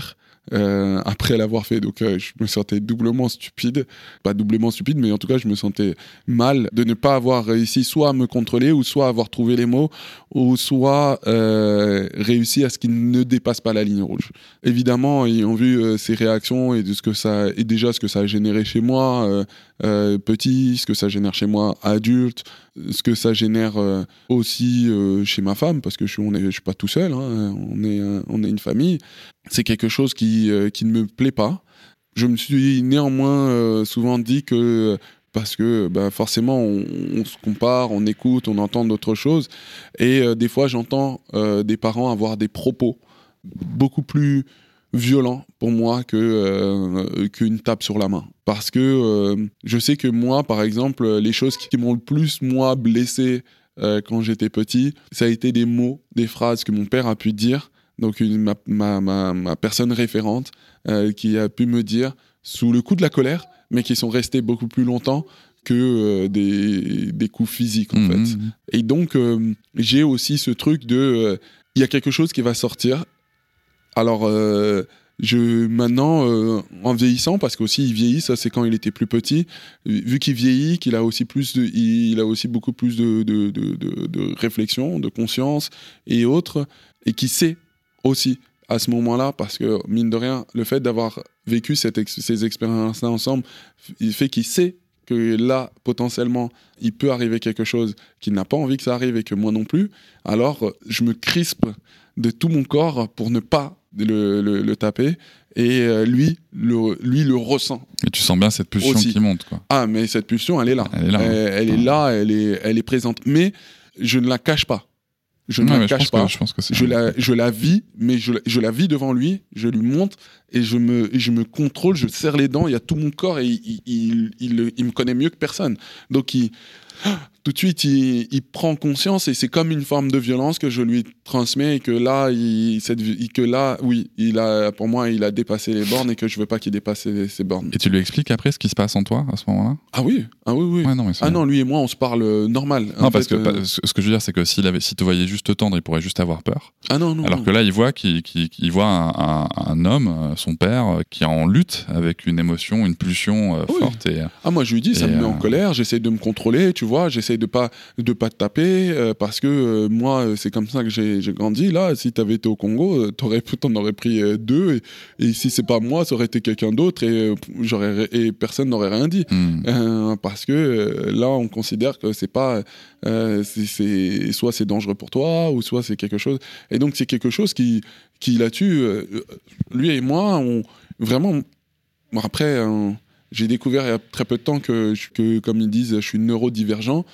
euh, après l'avoir fait. Donc euh, je me sentais doublement stupide, pas doublement stupide, mais en tout cas je me sentais mal de ne pas avoir réussi soit à me contrôler, ou soit avoir trouvé les mots, ou soit euh, réussi à ce qu'il ne dépasse pas la ligne rouge. Évidemment, ayant vu euh, ces réactions et de ce que ça, et déjà ce que ça a généré chez moi euh, euh, petit, ce que ça génère chez moi adulte, ce que ça génère euh, aussi euh, chez ma femme, parce que je suis, on est, je suis pas tout seul, hein, on est, euh, on est une famille. C'est quelque chose qui, euh, qui ne me plaît pas. Je me suis néanmoins euh, souvent dit que, parce que bah, forcément on, on se compare, on écoute, on entend d'autres choses, et euh, des fois j'entends euh, des parents avoir des propos beaucoup plus violents pour moi que, euh, qu'une tape sur la main. Parce que euh, je sais que moi, par exemple, les choses qui m'ont le plus, moi, blessé euh, quand j'étais petit, ça a été des mots, des phrases que mon père a pu dire, donc une, ma, ma, ma, ma personne référente, euh, qui a pu me dire, sous le coup de la colère, mais qui sont restés beaucoup plus longtemps que euh, des, des coups physiques, en mmh. fait. Et donc, euh, j'ai aussi ce truc de... Il euh, y a quelque chose qui va sortir. Alors, euh, je, maintenant, euh, en vieillissant, parce qu'aussi il vieillit, ça c'est quand il était plus petit, vu qu'il vieillit, qu'il a aussi, plus de, il a aussi beaucoup plus de, de, de, de, de réflexion, de conscience et autres, et qui sait aussi à ce moment-là, parce que mine de rien, le fait d'avoir vécu cette ex- ces expériences-là ensemble, il fait qu'il sait que là, potentiellement, il peut arriver quelque chose qu'il n'a pas envie que ça arrive et que moi non plus. Alors, je me crispe de tout mon corps pour ne pas le, le, le taper. Et euh, lui, le, lui le ressent. Et tu sens bien cette pulsion aussi qui monte, quoi. Ah, mais cette pulsion, elle est là. Elle est là, elle, hein. elle est là, elle est, elle est présente. Mais je ne la cache pas. Je ne ouais, la cache je pas. Que, je pense que c'est je, la, je la vis, mais je, je la vis devant lui. Je lui montre et je me, et je me contrôle. Je serre les dents. Il y a tout mon corps et il, il, il, il, il me connaît mieux que personne. Donc, il, tout de suite, il, il prend conscience et c'est comme une forme de violence que je lui transmets et que là, il, cette, que là, oui, il a, pour moi, il a dépassé les bornes et que je veux pas qu'il dépasse ces, ces bornes. Et tu lui expliques après ce qui se passe en toi à ce moment-là ? Ah oui, ah oui, oui. Ouais, non, mais ah non, lui et moi, on se parle normal. Non, en parce fait, que euh... ce que je veux dire, c'est que s'il avait, s'il te voyait juste tendre, il pourrait juste avoir peur. Ah non, non. Alors non. que là, il voit qu'il, qu'il, qu'il voit un, un, un homme, son père, qui est en lutte avec une émotion, une pulsion euh, oui. forte. Et, ah moi, je lui dis, ça me met euh... en colère. J'essaie de me contrôler, tu vois. J'essaie de pas de pas te taper euh, parce que euh, moi, c'est comme ça que j'ai, j'ai grandi. Là, si t'avais été au Congo, t'aurais, t'en aurais pris euh, deux. Et, et si c'est pas moi, ça aurait été quelqu'un d'autre et euh, j'aurais et personne n'aurait rien dit. Mm. Euh, parce que euh, là, on considère que c'est pas, euh, c'est, c'est soit c'est dangereux pour toi ou soit c'est quelque chose. Et donc c'est quelque chose qui, qui là-dessus, euh, lui et moi, on vraiment. Bon, après. Euh, J'ai découvert il y a très peu de temps que, que, comme ils disent, je suis neurodivergent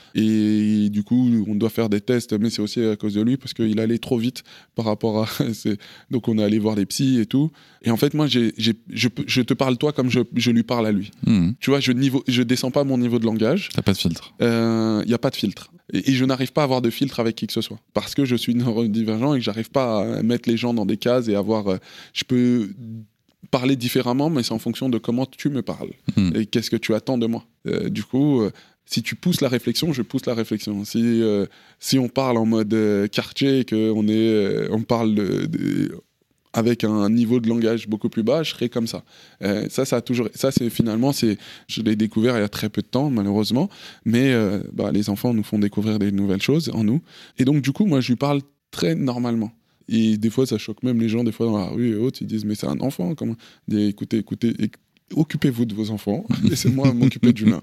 et du coup, on doit faire des tests, mais c'est aussi à cause de lui parce qu'il allait trop vite par rapport à... Donc, on est allé voir les psys et tout. Et en fait, moi, j'ai, j'ai, je, je te parle toi comme je, je lui parle à lui. Mmh. Tu vois, je niveau, je descends pas mon niveau de langage. T'as pas de filtre. Il euh, n'y a pas de filtre. Et, et je n'arrive pas à avoir de filtre avec qui que ce soit parce que je suis neurodivergent et que j'arrive pas à mettre les gens dans des cases et avoir... Euh, je peux... parler différemment, mais c'est en fonction de comment tu me parles mmh. et qu'est-ce que tu attends de moi. Euh, du coup, euh, si tu pousses la réflexion, je pousse la réflexion. Si, euh, si on parle en mode euh, quartier, qu'on est, euh, on parle de, de, avec un niveau de langage beaucoup plus bas, je serai comme ça. Euh, ça, ça a toujours, ça c'est finalement, c'est, je l'ai découvert il y a très peu de temps, malheureusement, mais euh, bah, les enfants nous font découvrir des nouvelles choses en nous. Et donc, du coup, moi, je lui parle très normalement. Et des fois, ça choque même les gens, des fois dans la rue et autres, ils disent « mais c'est un enfant, comment ?» Je dis « écoutez, écoutez, éc- occupez-vous de vos enfants, laissez-moi m'occuper du mien. »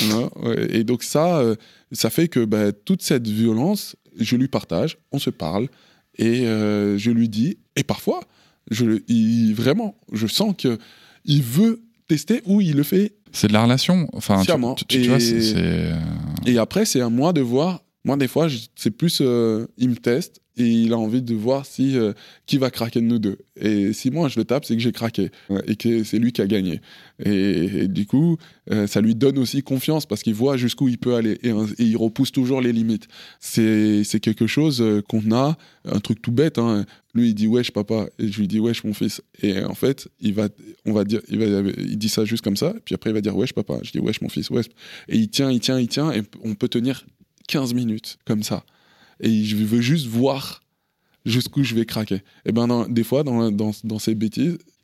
Et donc ça, euh, ça fait que bah, toute cette violence, je lui partage, on se parle, et euh, je lui dis, et parfois, je, il, vraiment, je sens qu'il veut tester ou il le fait. C'est de la relation, enfin, tu, tu, tu, et, tu vois, c'est... c'est... Et après, c'est à moi de voir, moi des fois, je, c'est plus, euh, il me teste, et il a envie de voir si euh, qui va craquer de nous deux. Et si moi je le tape, c'est que j'ai craqué et que c'est lui qui a gagné. Et, et du coup, euh, ça lui donne aussi confiance parce qu'il voit jusqu'où il peut aller et, et il repousse toujours les limites. C'est, c'est quelque chose qu'on a, un truc tout bête. Hein. Lui il dit wesh papa et je lui dis wesh mon fils. Et en fait, il va, on va dire, il va, il dit ça juste comme ça. Puis après il va dire wesh papa. Je dis wesh mon fils, wesh. Et il tient, il tient, il tient et on peut tenir quinze minutes comme ça. Et je veux juste voir jusqu'où je vais craquer. Et ben dans, des fois, dans, dans, dans ces bêtises,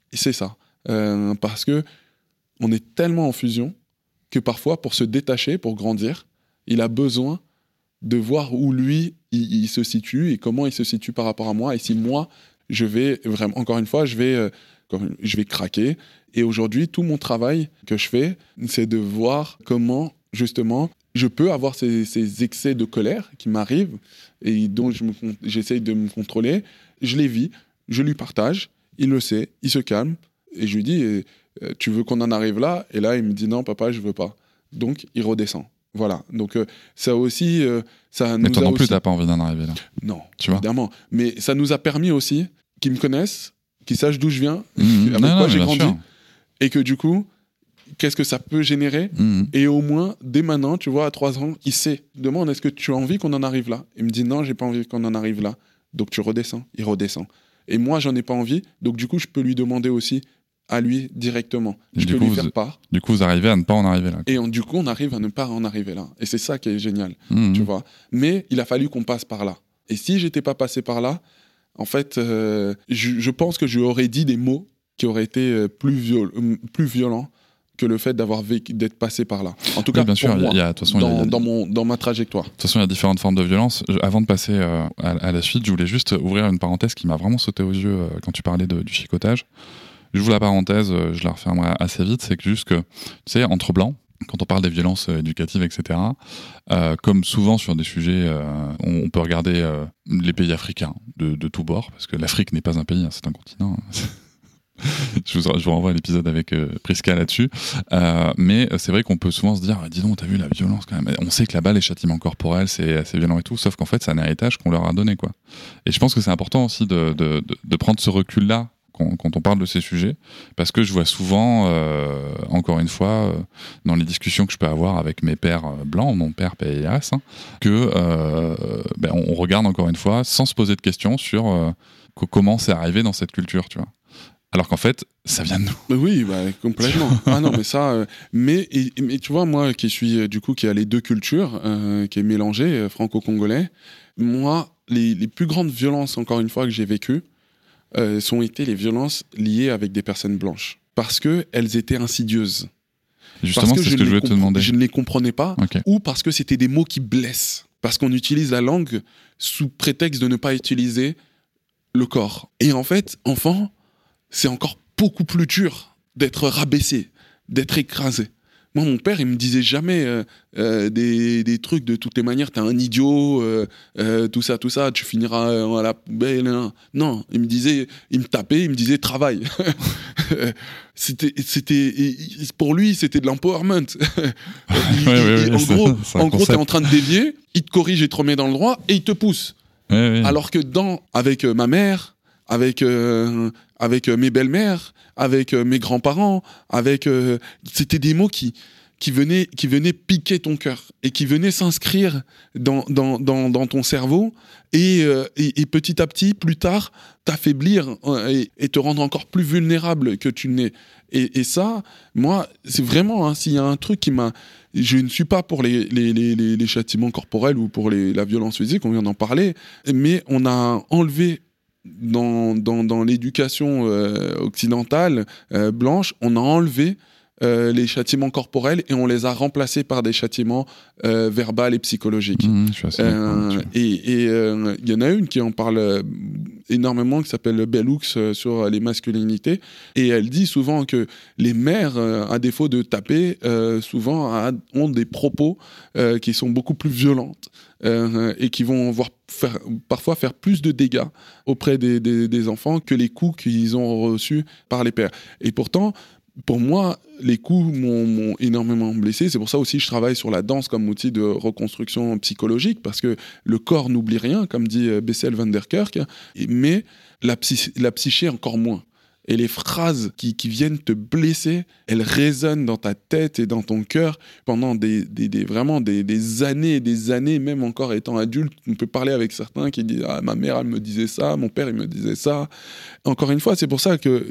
c'est ça. Euh, parce que on est tellement en fusion que parfois, pour se détacher, pour grandir, il a besoin de voir où lui, il, il se situe et comment il se situe par rapport à moi. Et si moi, je vais vraiment, encore une fois, je vais, euh, je vais craquer. Et aujourd'hui, tout mon travail que je fais, c'est de voir comment, justement, je peux avoir ces, ces excès de colère qui m'arrivent et dont je me, j'essaye de me contrôler. Je les vis, je lui partage, il le sait, il se calme. Et je lui dis, euh, tu veux qu'on en arrive là ? Et là, il me dit, non, papa, je veux pas. Donc, il redescend. Voilà. Donc, euh, ça aussi... Euh, ça Mais nous toi a non plus, aussi... t'as pas envie d'en arriver là. Non, Tu vois ? évidemment. Mais ça nous a permis aussi qu'ils me connaissent, qu'ils sachent d'où je viens, Mmh, avec non, quoi non, j'ai bien grandi. sûr. Et que du coup, qu'est-ce que ça peut générer ? Mmh. Et au moins, dès maintenant, tu vois, à trois ans, il sait. Il demande, est-ce que tu as envie qu'on en arrive là ? Il me dit, non, j'ai pas envie qu'on en arrive là. Donc tu redescends. Il redescend. Et moi, j'en ai pas envie. Donc du coup, je peux lui demander aussi à lui directement. Et Je du peux coup, lui vous- faire part. Du coup, vous arrivez à ne pas en arriver là. Et on- du coup, on arrive à ne pas en arriver là. Et c'est ça qui est génial, Mmh. tu vois. Mais il a fallu qu'on passe par là. Et si j'étais pas passé par là, en fait, euh, je, je pense que je lui aurais dit des mots qui auraient été euh, plus, viol- euh, plus violents que le fait d'avoir vécu, d'être passé par là. En tout Oui, cas, bien sûr, pour il y a- moi, il y a- de toute façon, il y a- il y dans, a- dans, mon, dans ma trajectoire. De toute façon, il y a différentes formes de violence. Je- Avant de passer euh, à, à la suite, je voulais juste ouvrir une parenthèse qui m'a vraiment sauté aux yeux euh, quand tu parlais de- du chicotage. J'ouvre la parenthèse, euh, je la refermerai assez vite, c'est que juste que, tu sais, entre blancs, quand on parle des violences euh, éducatives, et cetera, euh, comme souvent sur des sujets, euh, on, on peut regarder euh, les pays africains de, de tous bords, parce que l'Afrique n'est pas un pays, hein, c'est un continent. je, vous, je vous renvoie à l'épisode avec euh, Prisca là-dessus. Euh, mais c'est vrai qu'on peut souvent se dire, ah, dis donc, t'as vu la violence quand même. On sait que là-bas, les châtiments corporels, c'est assez violent et tout, sauf qu'en fait, c'est un héritage qu'on leur a donné, quoi. Et je pense que c'est important aussi de, de, de, de prendre ce recul-là quand, quand on parle de ces sujets, parce que je vois souvent, euh, encore une fois, euh, dans les discussions que je peux avoir avec mes pères euh, blancs, mon père P I R S, hein, que euh, ben, on, on regarde encore une fois sans se poser de questions sur euh, co- comment c'est arrivé dans cette culture, tu vois. Alors qu'en fait, ça vient de nous. Mais oui, bah, complètement. Ah non, mais ça. euh, mais, et- mais tu vois, moi qui suis euh, du coup qui a les deux cultures, euh, qui est mélangé, euh, franco-congolais, moi, les, les plus grandes violences, encore une fois, que j'ai vécues, euh, sont été les violences liées avec des personnes blanches, parce que elles étaient insidieuses. Justement, Parce que c'est je ce que je ne les voulais te compre- demander. Je ne les comprenais pas, Ok. ou parce que c'était des mots qui blessent, parce qu'on utilise la langue sous prétexte de ne pas utiliser le corps. Et en fait, enfant, c'est encore beaucoup plus dur d'être rabaissé, d'être écrasé. Moi, mon père, il me disait jamais euh, euh, des, des trucs de toutes les manières, t'es un idiot, euh, euh, tout ça, tout ça, tu finiras euh, à la poubelle. hein. Non, il me disait, il me tapait, il me disait travaille. c'était, c'était, et- et pour lui, c'était de l'empowerment. Il- Ouais, il- ouais, il- ouais, en c'est- gros, c'est un en gros, t'es concept. en train de dévier, il te corrige et te remet dans le droit et il te pousse. Ouais, ouais. Alors que dans, avec euh, ma mère, avec, euh, avec euh, mes belles-mères, avec euh, mes grands-parents, avec, euh, c'était des mots qui, qui, venaient, qui venaient piquer ton cœur et qui venaient s'inscrire dans, dans, dans, dans ton cerveau et, euh, et, et petit à petit, plus tard, t'affaiblir euh, et, et te rendre encore plus vulnérable que tu n'es. Et, et ça, moi, c'est vraiment, hein, s'il y a un truc qui m'a... Je ne suis pas pour les, les, les, les, les châtiments corporels ou pour les, la violence physique, on vient d'en parler, mais on a enlevé dans, dans, dans l'éducation euh, occidentale euh, blanche, on a enlevé euh, les châtiments corporels et on les a remplacés par des châtiments euh, verbaux et psychologiques. Mmh, je suis assez d'accord Euh, là-dessus. et il euh, y en a une qui en parle euh, énormément, qui s'appelle Bell Hooks euh, sur les masculinités. Et elle dit souvent que les mères, euh, à défaut de taper, euh, souvent a- ont des propos euh, qui sont beaucoup plus violentes euh, et qui vont voir faire, parfois faire plus de dégâts auprès des, des, des enfants que les coups qu'ils ont reçus par les pères. Et pourtant, pour moi, les coups m'ont, m'ont énormément blessé. C'est pour ça aussi que je travaille sur la danse comme outil de reconstruction psychologique, parce que le corps n'oublie rien, comme dit euh, Bessel van der Kerk, et- mais la, psy- la psyché encore moins. Et les phrases qui, qui viennent te blesser, elles résonnent dans ta tête et dans ton cœur pendant des, des, des- vraiment des, des années et des années, même encore étant adulte. On peut parler avec certains qui disent « Ah, ma mère, elle me disait ça, mon père, il me disait ça. » Encore une fois, c'est pour ça que...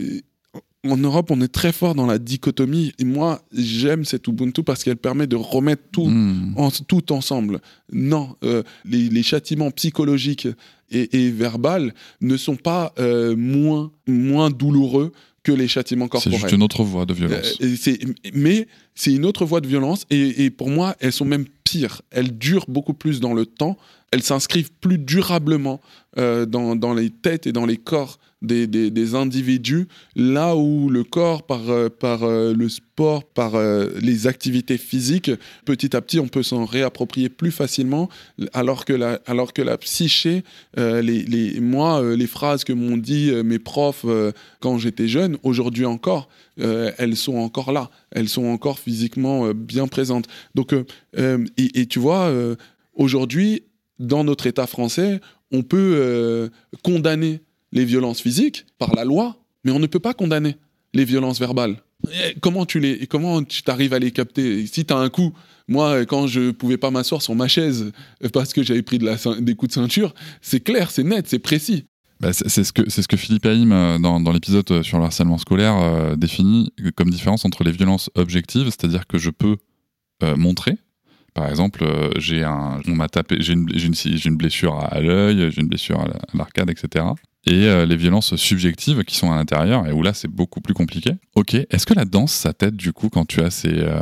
En Europe, on est très fort dans la dichotomie. Et moi, j'aime cette Ubuntu parce qu'elle permet de remettre tout, Mmh. en- tout ensemble. Non, euh, les, les châtiments psychologiques et, et verbaux ne sont pas euh, moins, moins douloureux que les châtiments corporels. C'est juste une autre voie de violence. Euh, c'est, mais c'est une autre voie de violence et, et pour moi, elles sont même pires. Elles durent beaucoup plus dans le temps. Elles s'inscrivent plus durablement euh, dans, dans les têtes et dans les corps des, des, des individus, là où le corps, par, euh, par euh, le sport, par euh, les activités physiques, petit à petit, on peut s'en réapproprier plus facilement, alors que la, alors que la psyché, euh, les, les, moi, euh, les phrases que m'ont dit euh, mes profs euh, quand j'étais jeune, aujourd'hui encore, euh, elles sont encore là, elles sont encore physiquement euh, bien présentes. Donc, euh, euh, et, et tu vois, euh, aujourd'hui, dans notre État français, on peut euh, condamner les violences physiques par la loi, mais on ne peut pas condamner les violences verbales. Et comment tu les, comment tu t'arrives à les capter ? Si tu as un coup, moi, quand je pouvais pas m'asseoir sur ma chaise parce que j'avais pris de la, des coups de ceinture, c'est clair, c'est net, c'est précis. Bah c'est, c'est, ce que, c'est ce que Philippe Haïm, dans, dans l'épisode sur le harcèlement scolaire, euh, définit comme différence entre les violences objectives, c'est-à-dire que je peux euh, montrer. Par exemple, euh, j'ai, un, on m'a tapé, j'ai, une, j'ai, une, j'ai une blessure à, à l'œil, j'ai une blessure à, la, à l'arcade, et cetera. Et euh, les violences subjectives qui sont à l'intérieur, et où là, c'est beaucoup plus compliqué. Ok, est-ce que la danse, ça t'aide du coup quand tu as ces, euh,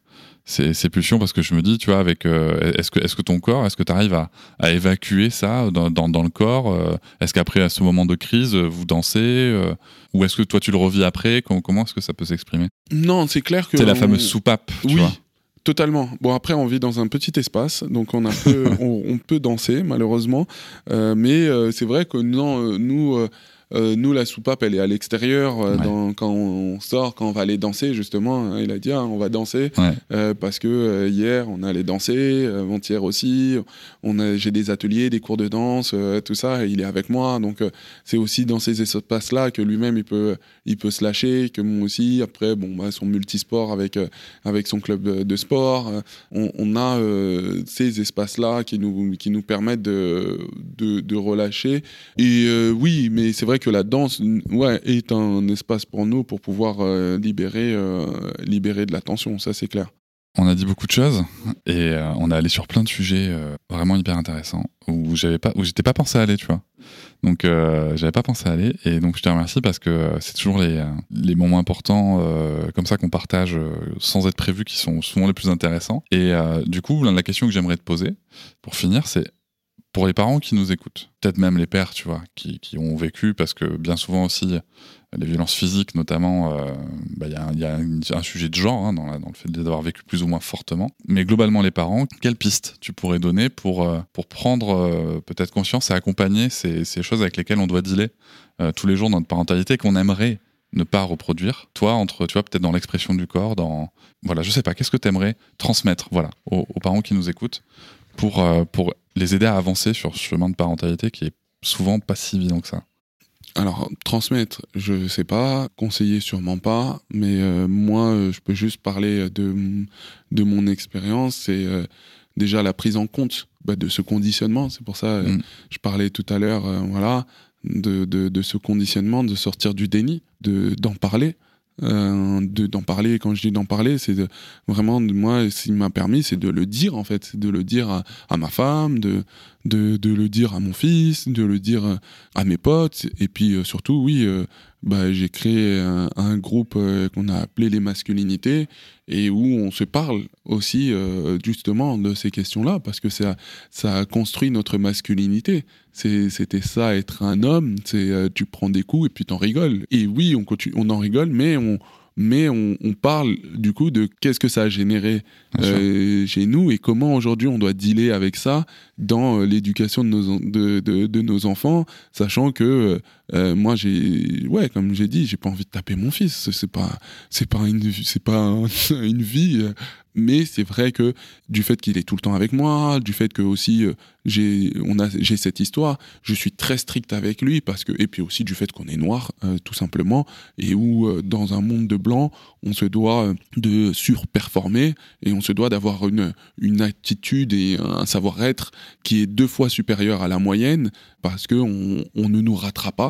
ces, ces pulsions ? Parce que je me dis, tu vois, avec, euh, est-ce, que, est-ce que ton corps, est-ce que tu arrives à, à évacuer ça dans, dans, dans le corps ? euh, Est-ce qu'après, à ce moment de crise, vous dansez euh, ou est-ce que toi, tu le revis après ? Comment, comment est-ce que ça peut s'exprimer ? Non, c'est clair que... C'est la on... fameuse soupape, tu oui. vois. Totalement. Bon, après, on vit dans un petit espace, donc on, a peu, on, on peut danser, malheureusement. Euh, mais euh, c'est vrai que non, euh, nous, euh, euh, nous, la soupape, elle est à l'extérieur. Euh, ouais. dans, quand on sort, quand on va aller danser, justement, hein, il a dit, ah, on va danser. Ouais. Euh, parce que euh, hier, on allait danser, euh, avant-hier aussi. On a, j'ai des ateliers, des cours de danse, euh, tout ça, et il est avec moi. Donc, euh, c'est aussi dans ces espaces-là que lui-même, il peut, il peut se lâcher, que moi aussi. Après, bon, bah, son multisport avec, euh, avec son club de sport. Euh, on, on a euh, ces espaces-là qui nous, qui nous permettent de, de, de relâcher. Et euh, oui, mais c'est vrai que la danse ouais, est un espace pour nous pour pouvoir euh, libérer, euh, libérer de la tension, ça c'est clair. On a dit beaucoup de choses et euh, on est allé sur plein de sujets euh, vraiment hyper intéressants où j'avais pas, où j'étais pas pensé à aller, tu vois. Donc euh, j'avais pas pensé à aller et donc je te remercie parce que euh, c'est toujours les, les moments importants euh, comme ça qu'on partage euh, sans être prévus qui sont souvent les plus intéressants. Et euh, du coup, la question que j'aimerais te poser pour finir, c'est pour les parents qui nous écoutent, peut-être même les pères, tu vois, qui, qui ont vécu, parce que bien souvent aussi, les violences physiques notamment, il euh, bah, y a, y a une, un sujet de genre hein, dans, la, dans le fait d'avoir vécu plus ou moins fortement. Mais globalement, les parents, quelles pistes tu pourrais donner pour, euh, pour prendre euh, peut-être conscience et accompagner ces, ces choses avec lesquelles on doit dealer euh, tous les jours dans notre parentalité, qu'on aimerait ne pas reproduire. Toi, entre, tu vois, peut-être dans l'expression du corps, dans, voilà, je sais pas, qu'est-ce que tu aimerais transmettre, voilà, aux, aux parents qui nous écoutent pour, euh, pour les aider à avancer sur ce chemin de parentalité qui est souvent pas si évident que ça. Alors, transmettre, je sais pas, conseiller sûrement pas, mais euh, moi, je peux juste parler de, de mon expérience. C'est euh, déjà la prise en compte bah, de ce conditionnement. C'est pour ça, euh, mm. je parlais tout à l'heure, euh, voilà, de, de, de ce conditionnement, de sortir du déni, de, d'en parler. Euh, de, d'en parler, quand je dis d'en parler, c'est de, vraiment, moi, ce qui m'a permis, c'est de le dire, en fait, c'est de le dire à, à ma femme, de, de, de le dire à mon fils, de le dire à mes potes, et puis euh, surtout, oui, euh, bah, j'ai créé un, un groupe euh, qu'on a appelé les masculinités, et où on se parle aussi, euh, justement, de ces questions-là, parce que ça, ça a construit notre masculinité. C'est, c'était ça, être un homme, c'est euh, tu prends des coups et puis t'en rigoles. Et oui, on, continue, on en rigole, mais on, mais on, on parle du coup de qu'est-ce que ça a généré euh, chez nous et comment aujourd'hui on doit dealer avec ça dans euh, l'éducation de nos, de, de, de nos enfants, sachant que euh, moi j'ai, ouais, comme j'ai dit, j'ai pas envie de taper mon fils, c'est pas, c'est pas une, c'est pas un, une vie. Euh, mais c'est vrai que du fait qu'il est tout le temps avec moi, du fait que aussi euh, j'ai, on a, j'ai cette histoire, je suis très strict avec lui parce que, et puis aussi du fait qu'on est noir, euh, tout simplement, et où euh, dans un monde de blanc, on se doit euh, de surperformer et on se doit d'avoir une, une attitude et un savoir-être qui est deux fois supérieur à la moyenne parce qu'on on ne nous ratera pas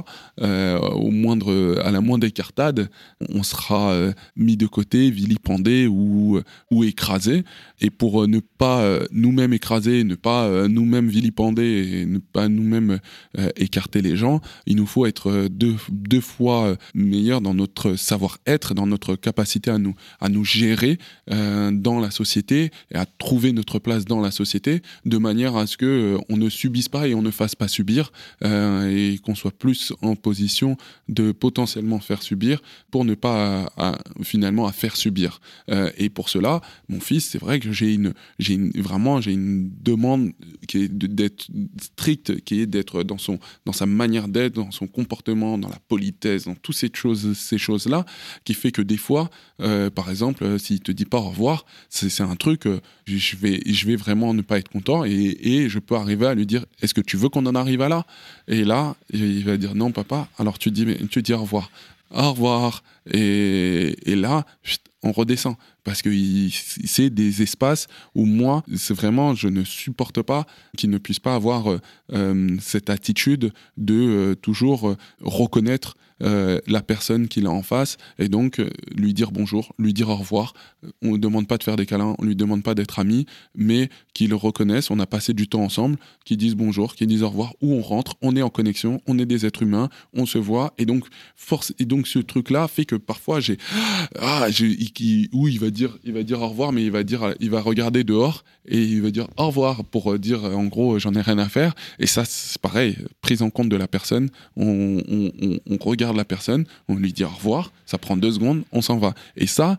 euh, au moindre, à la moindre écartade, on sera euh, mis de côté, vilipendé ou, ou écrasé. Et pour ne pas euh, nous-mêmes écraser, ne pas euh, nous-mêmes vilipender et ne pas nous-mêmes euh, écarter les gens, il nous faut être deux, deux fois meilleurs dans notre savoir-être, dans notre capacité à nous, à nous gérer euh, dans la société et à trouver notre place dans la société de manière à ce qu'on euh, ne subisse pas et on ne fasse pas subir euh, et qu'on soit plus en position de potentiellement faire subir pour ne pas à, à, finalement à faire subir. Euh, et pour cela, mon fils, c'est vrai que j'ai une, j'ai une, vraiment j'ai une demande qui est de, d'être stricte, qui est d'être dans, son, dans sa manière d'être, dans son comportement, dans la politesse, dans toutes ces choses, ces choses-là, qui fait que des fois, euh, par exemple, euh, s'il te dit pas au revoir, c'est, c'est un truc, euh, je, vais, je vais vraiment ne pas être content et, et je peux arriver à lui dire, est-ce que tu veux qu'on en arrive à là ? Et là, il va dire, non papa, alors tu dis, mais, tu dis au revoir. Au revoir. Et, et là, on redescend. Parce que il, c'est des espaces où moi, c'est vraiment, je ne supporte pas qu'il ne puisse pas avoir euh, cette attitude de euh, toujours euh, reconnaître euh, la personne qu'il a en face et donc euh, lui dire bonjour, lui dire au revoir. On ne demande pas de faire des câlins, on ne lui demande pas d'être amis, mais qu'il le reconnaisse, on a passé du temps ensemble, qu'il dise bonjour, qu'il dise au revoir, où on rentre, on est en connexion, on est des êtres humains, on se voit et donc, force, et donc ce truc-là fait que parfois j'ai... Ah, j'ai, il, où il va dire il va dire au revoir, mais il va dire il va regarder dehors et il va dire au revoir pour dire en gros j'en ai rien à faire. Et ça c'est pareil, prise en compte de la personne, on, on, on, on regarde la personne, on lui dit au revoir, ça prend deux secondes, on s'en va. Et ça,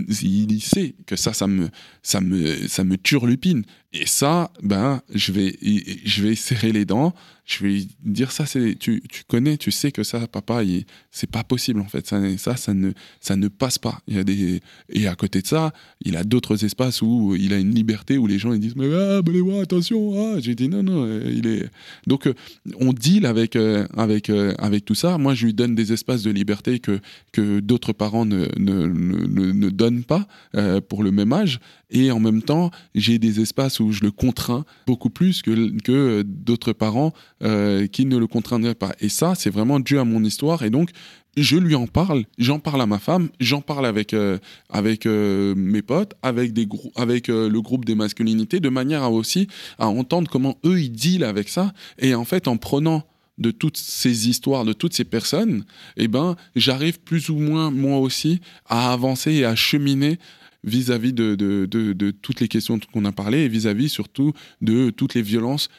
il sait que ça ça me ça me ça me turlupine. Et ça, ben je vais je vais serrer les dents. Je vais lui dire ça, c'est tu, tu connais, tu sais que ça, papa, il, c'est pas possible en fait. Ça, ça, ça ne, ça ne passe pas. Il y a des et à côté de ça, il a d'autres espaces où il a une liberté où les gens ils disent mais ah, allez voir, attention. Ah, j'ai dit non, non, il est. Donc on deal avec euh, avec euh, avec tout ça. Moi, je lui donne des espaces de liberté que que d'autres parents ne ne ne, ne donnent pas euh, pour le même âge. Et en même temps, j'ai des espaces où je le contrains beaucoup plus que, que d'autres parents euh, qui ne le contraindraient pas. Et ça, c'est vraiment dû à mon histoire. Et donc, je lui en parle, j'en parle à ma femme, j'en parle avec, euh, avec euh, mes potes, avec, des grou- avec euh, le groupe des masculinités, de manière à aussi à entendre comment eux, ils dealent avec ça. Et en fait, en prenant de toutes ces histoires, de toutes ces personnes, eh ben, j'arrive plus ou moins, moi aussi, à avancer et à cheminer vis-à-vis de, de, de, de toutes les questions qu'on a parlé et vis-à-vis surtout de toutes les violences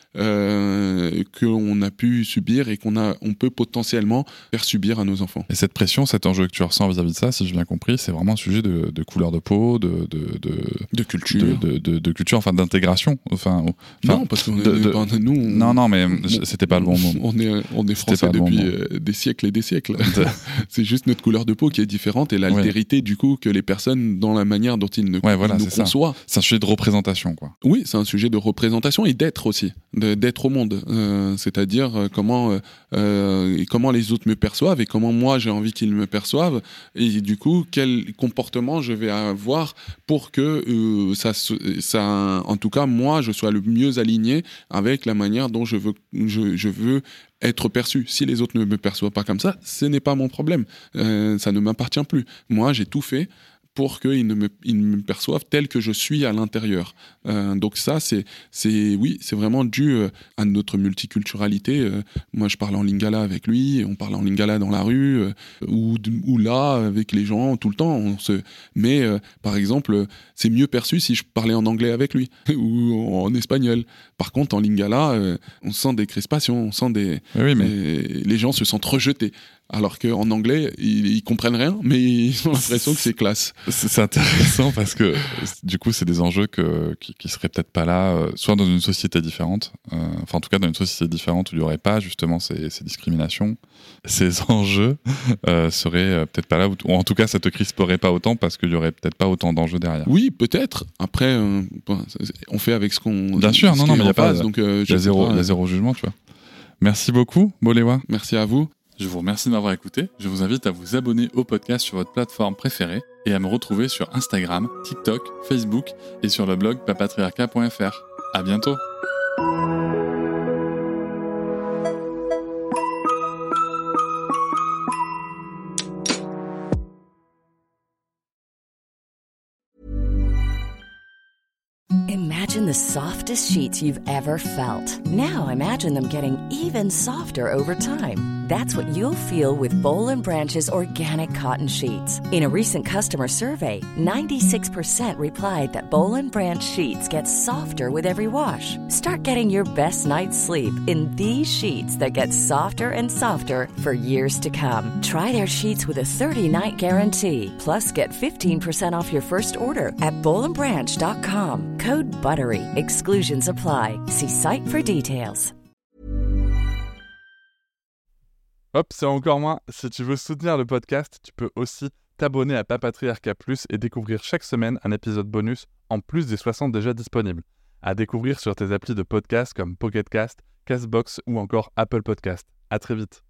euh, qu'on a pu subir et qu'on a, on peut potentiellement faire subir à nos enfants. Et cette pression, cet enjeu que tu ressens vis-à-vis de ça, si j'ai bien compris, c'est vraiment un sujet de, de couleur de peau, de, de, de, de culture, de, de, de, de culture, enfin d'intégration. Enfin, non, parce que de, nous, on, non, non, mais on, c'était pas le bon mot. On est, on est français depuis bon des siècles et des siècles. C'est juste notre couleur de peau qui est différente et l'altérité ouais. du coup que les personnes dans la manière dont ils ne, ouais, voilà, ils nous conçoivent. C'est un sujet de représentation, quoi. Oui, c'est un sujet de représentation et d'être aussi, de, d'être au monde. Euh, c'est-à-dire euh, comment, euh, et comment les autres me perçoivent et comment moi j'ai envie qu'ils me perçoivent. Et du coup, quel comportement je vais avoir pour que euh, ça, ça, en tout cas, moi, je sois le mieux aligné avec la manière dont je veux, je, je veux être perçu. Si les autres ne me perçoivent pas comme ça, ce n'est pas mon problème. Euh, ça ne m'appartient plus. Moi, j'ai tout fait pour qu'ils ne me, ils me perçoivent tel que je suis à l'intérieur. Euh, donc ça, c'est, c'est, oui, c'est vraiment dû euh, à notre multiculturalité. Euh, moi, je parle en lingala avec lui, on parle en lingala dans la rue, euh, ou, ou là, avec les gens, tout le temps. On se... Mais, euh, par exemple, c'est mieux perçu si je parlais en anglais avec lui, ou en espagnol. Par contre, en lingala, euh, on sent des crispations, on sent des... Oui, mais... les gens se sentent rejetés. Alors qu'en anglais, ils, ils comprennent rien, mais ils ont l'impression que c'est classe. C'est intéressant parce que du coup, c'est des enjeux que, qui, qui seraient peut-être pas là, euh, soit dans une société différente, euh, enfin en tout cas dans une société différente où il n'y aurait pas justement ces, ces discriminations. Ces enjeux euh, seraient euh, peut-être pas là, ou, ou en tout cas ça te crisperait pas autant parce qu'il y aurait peut-être pas autant d'enjeux derrière. Oui, peut-être. Après, euh, on fait avec ce qu'on. Bien sûr, non, non, mais il y a pas, donc euh, il y a zéro, il y a zéro jugement, tu vois. Merci beaucoup, Bolewa. Merci à vous. Je vous remercie de m'avoir écouté. Je vous invite à vous abonner au podcast sur votre plateforme préférée et à me retrouver sur Instagram, TikTok, Facebook et sur le blog papatriarcat point f r. À bientôt. the softest sheets you've ever felt. Now imagine them getting even softer over time. That's what you'll feel with Boll and Branch's organic cotton sheets. In a recent customer survey, ninety-six percent replied that Boll and Branch sheets get softer with every wash. Start getting your best night's sleep in these sheets that get softer and softer for years to come. Try their sheets with a thirty-night guarantee. Plus, get fifteen percent off your first order at boll and branch dot com. Code BUTTERY. Exclusions apply. See site for details. Hop, c'est encore moins. Si tu veux soutenir le podcast, tu peux aussi t'abonner à Papatriarcat Plus et découvrir chaque semaine un épisode bonus en plus des soixante déjà disponibles. À découvrir sur tes applis de podcast comme Pocket Cast, Castbox ou encore Apple Podcast. À très vite.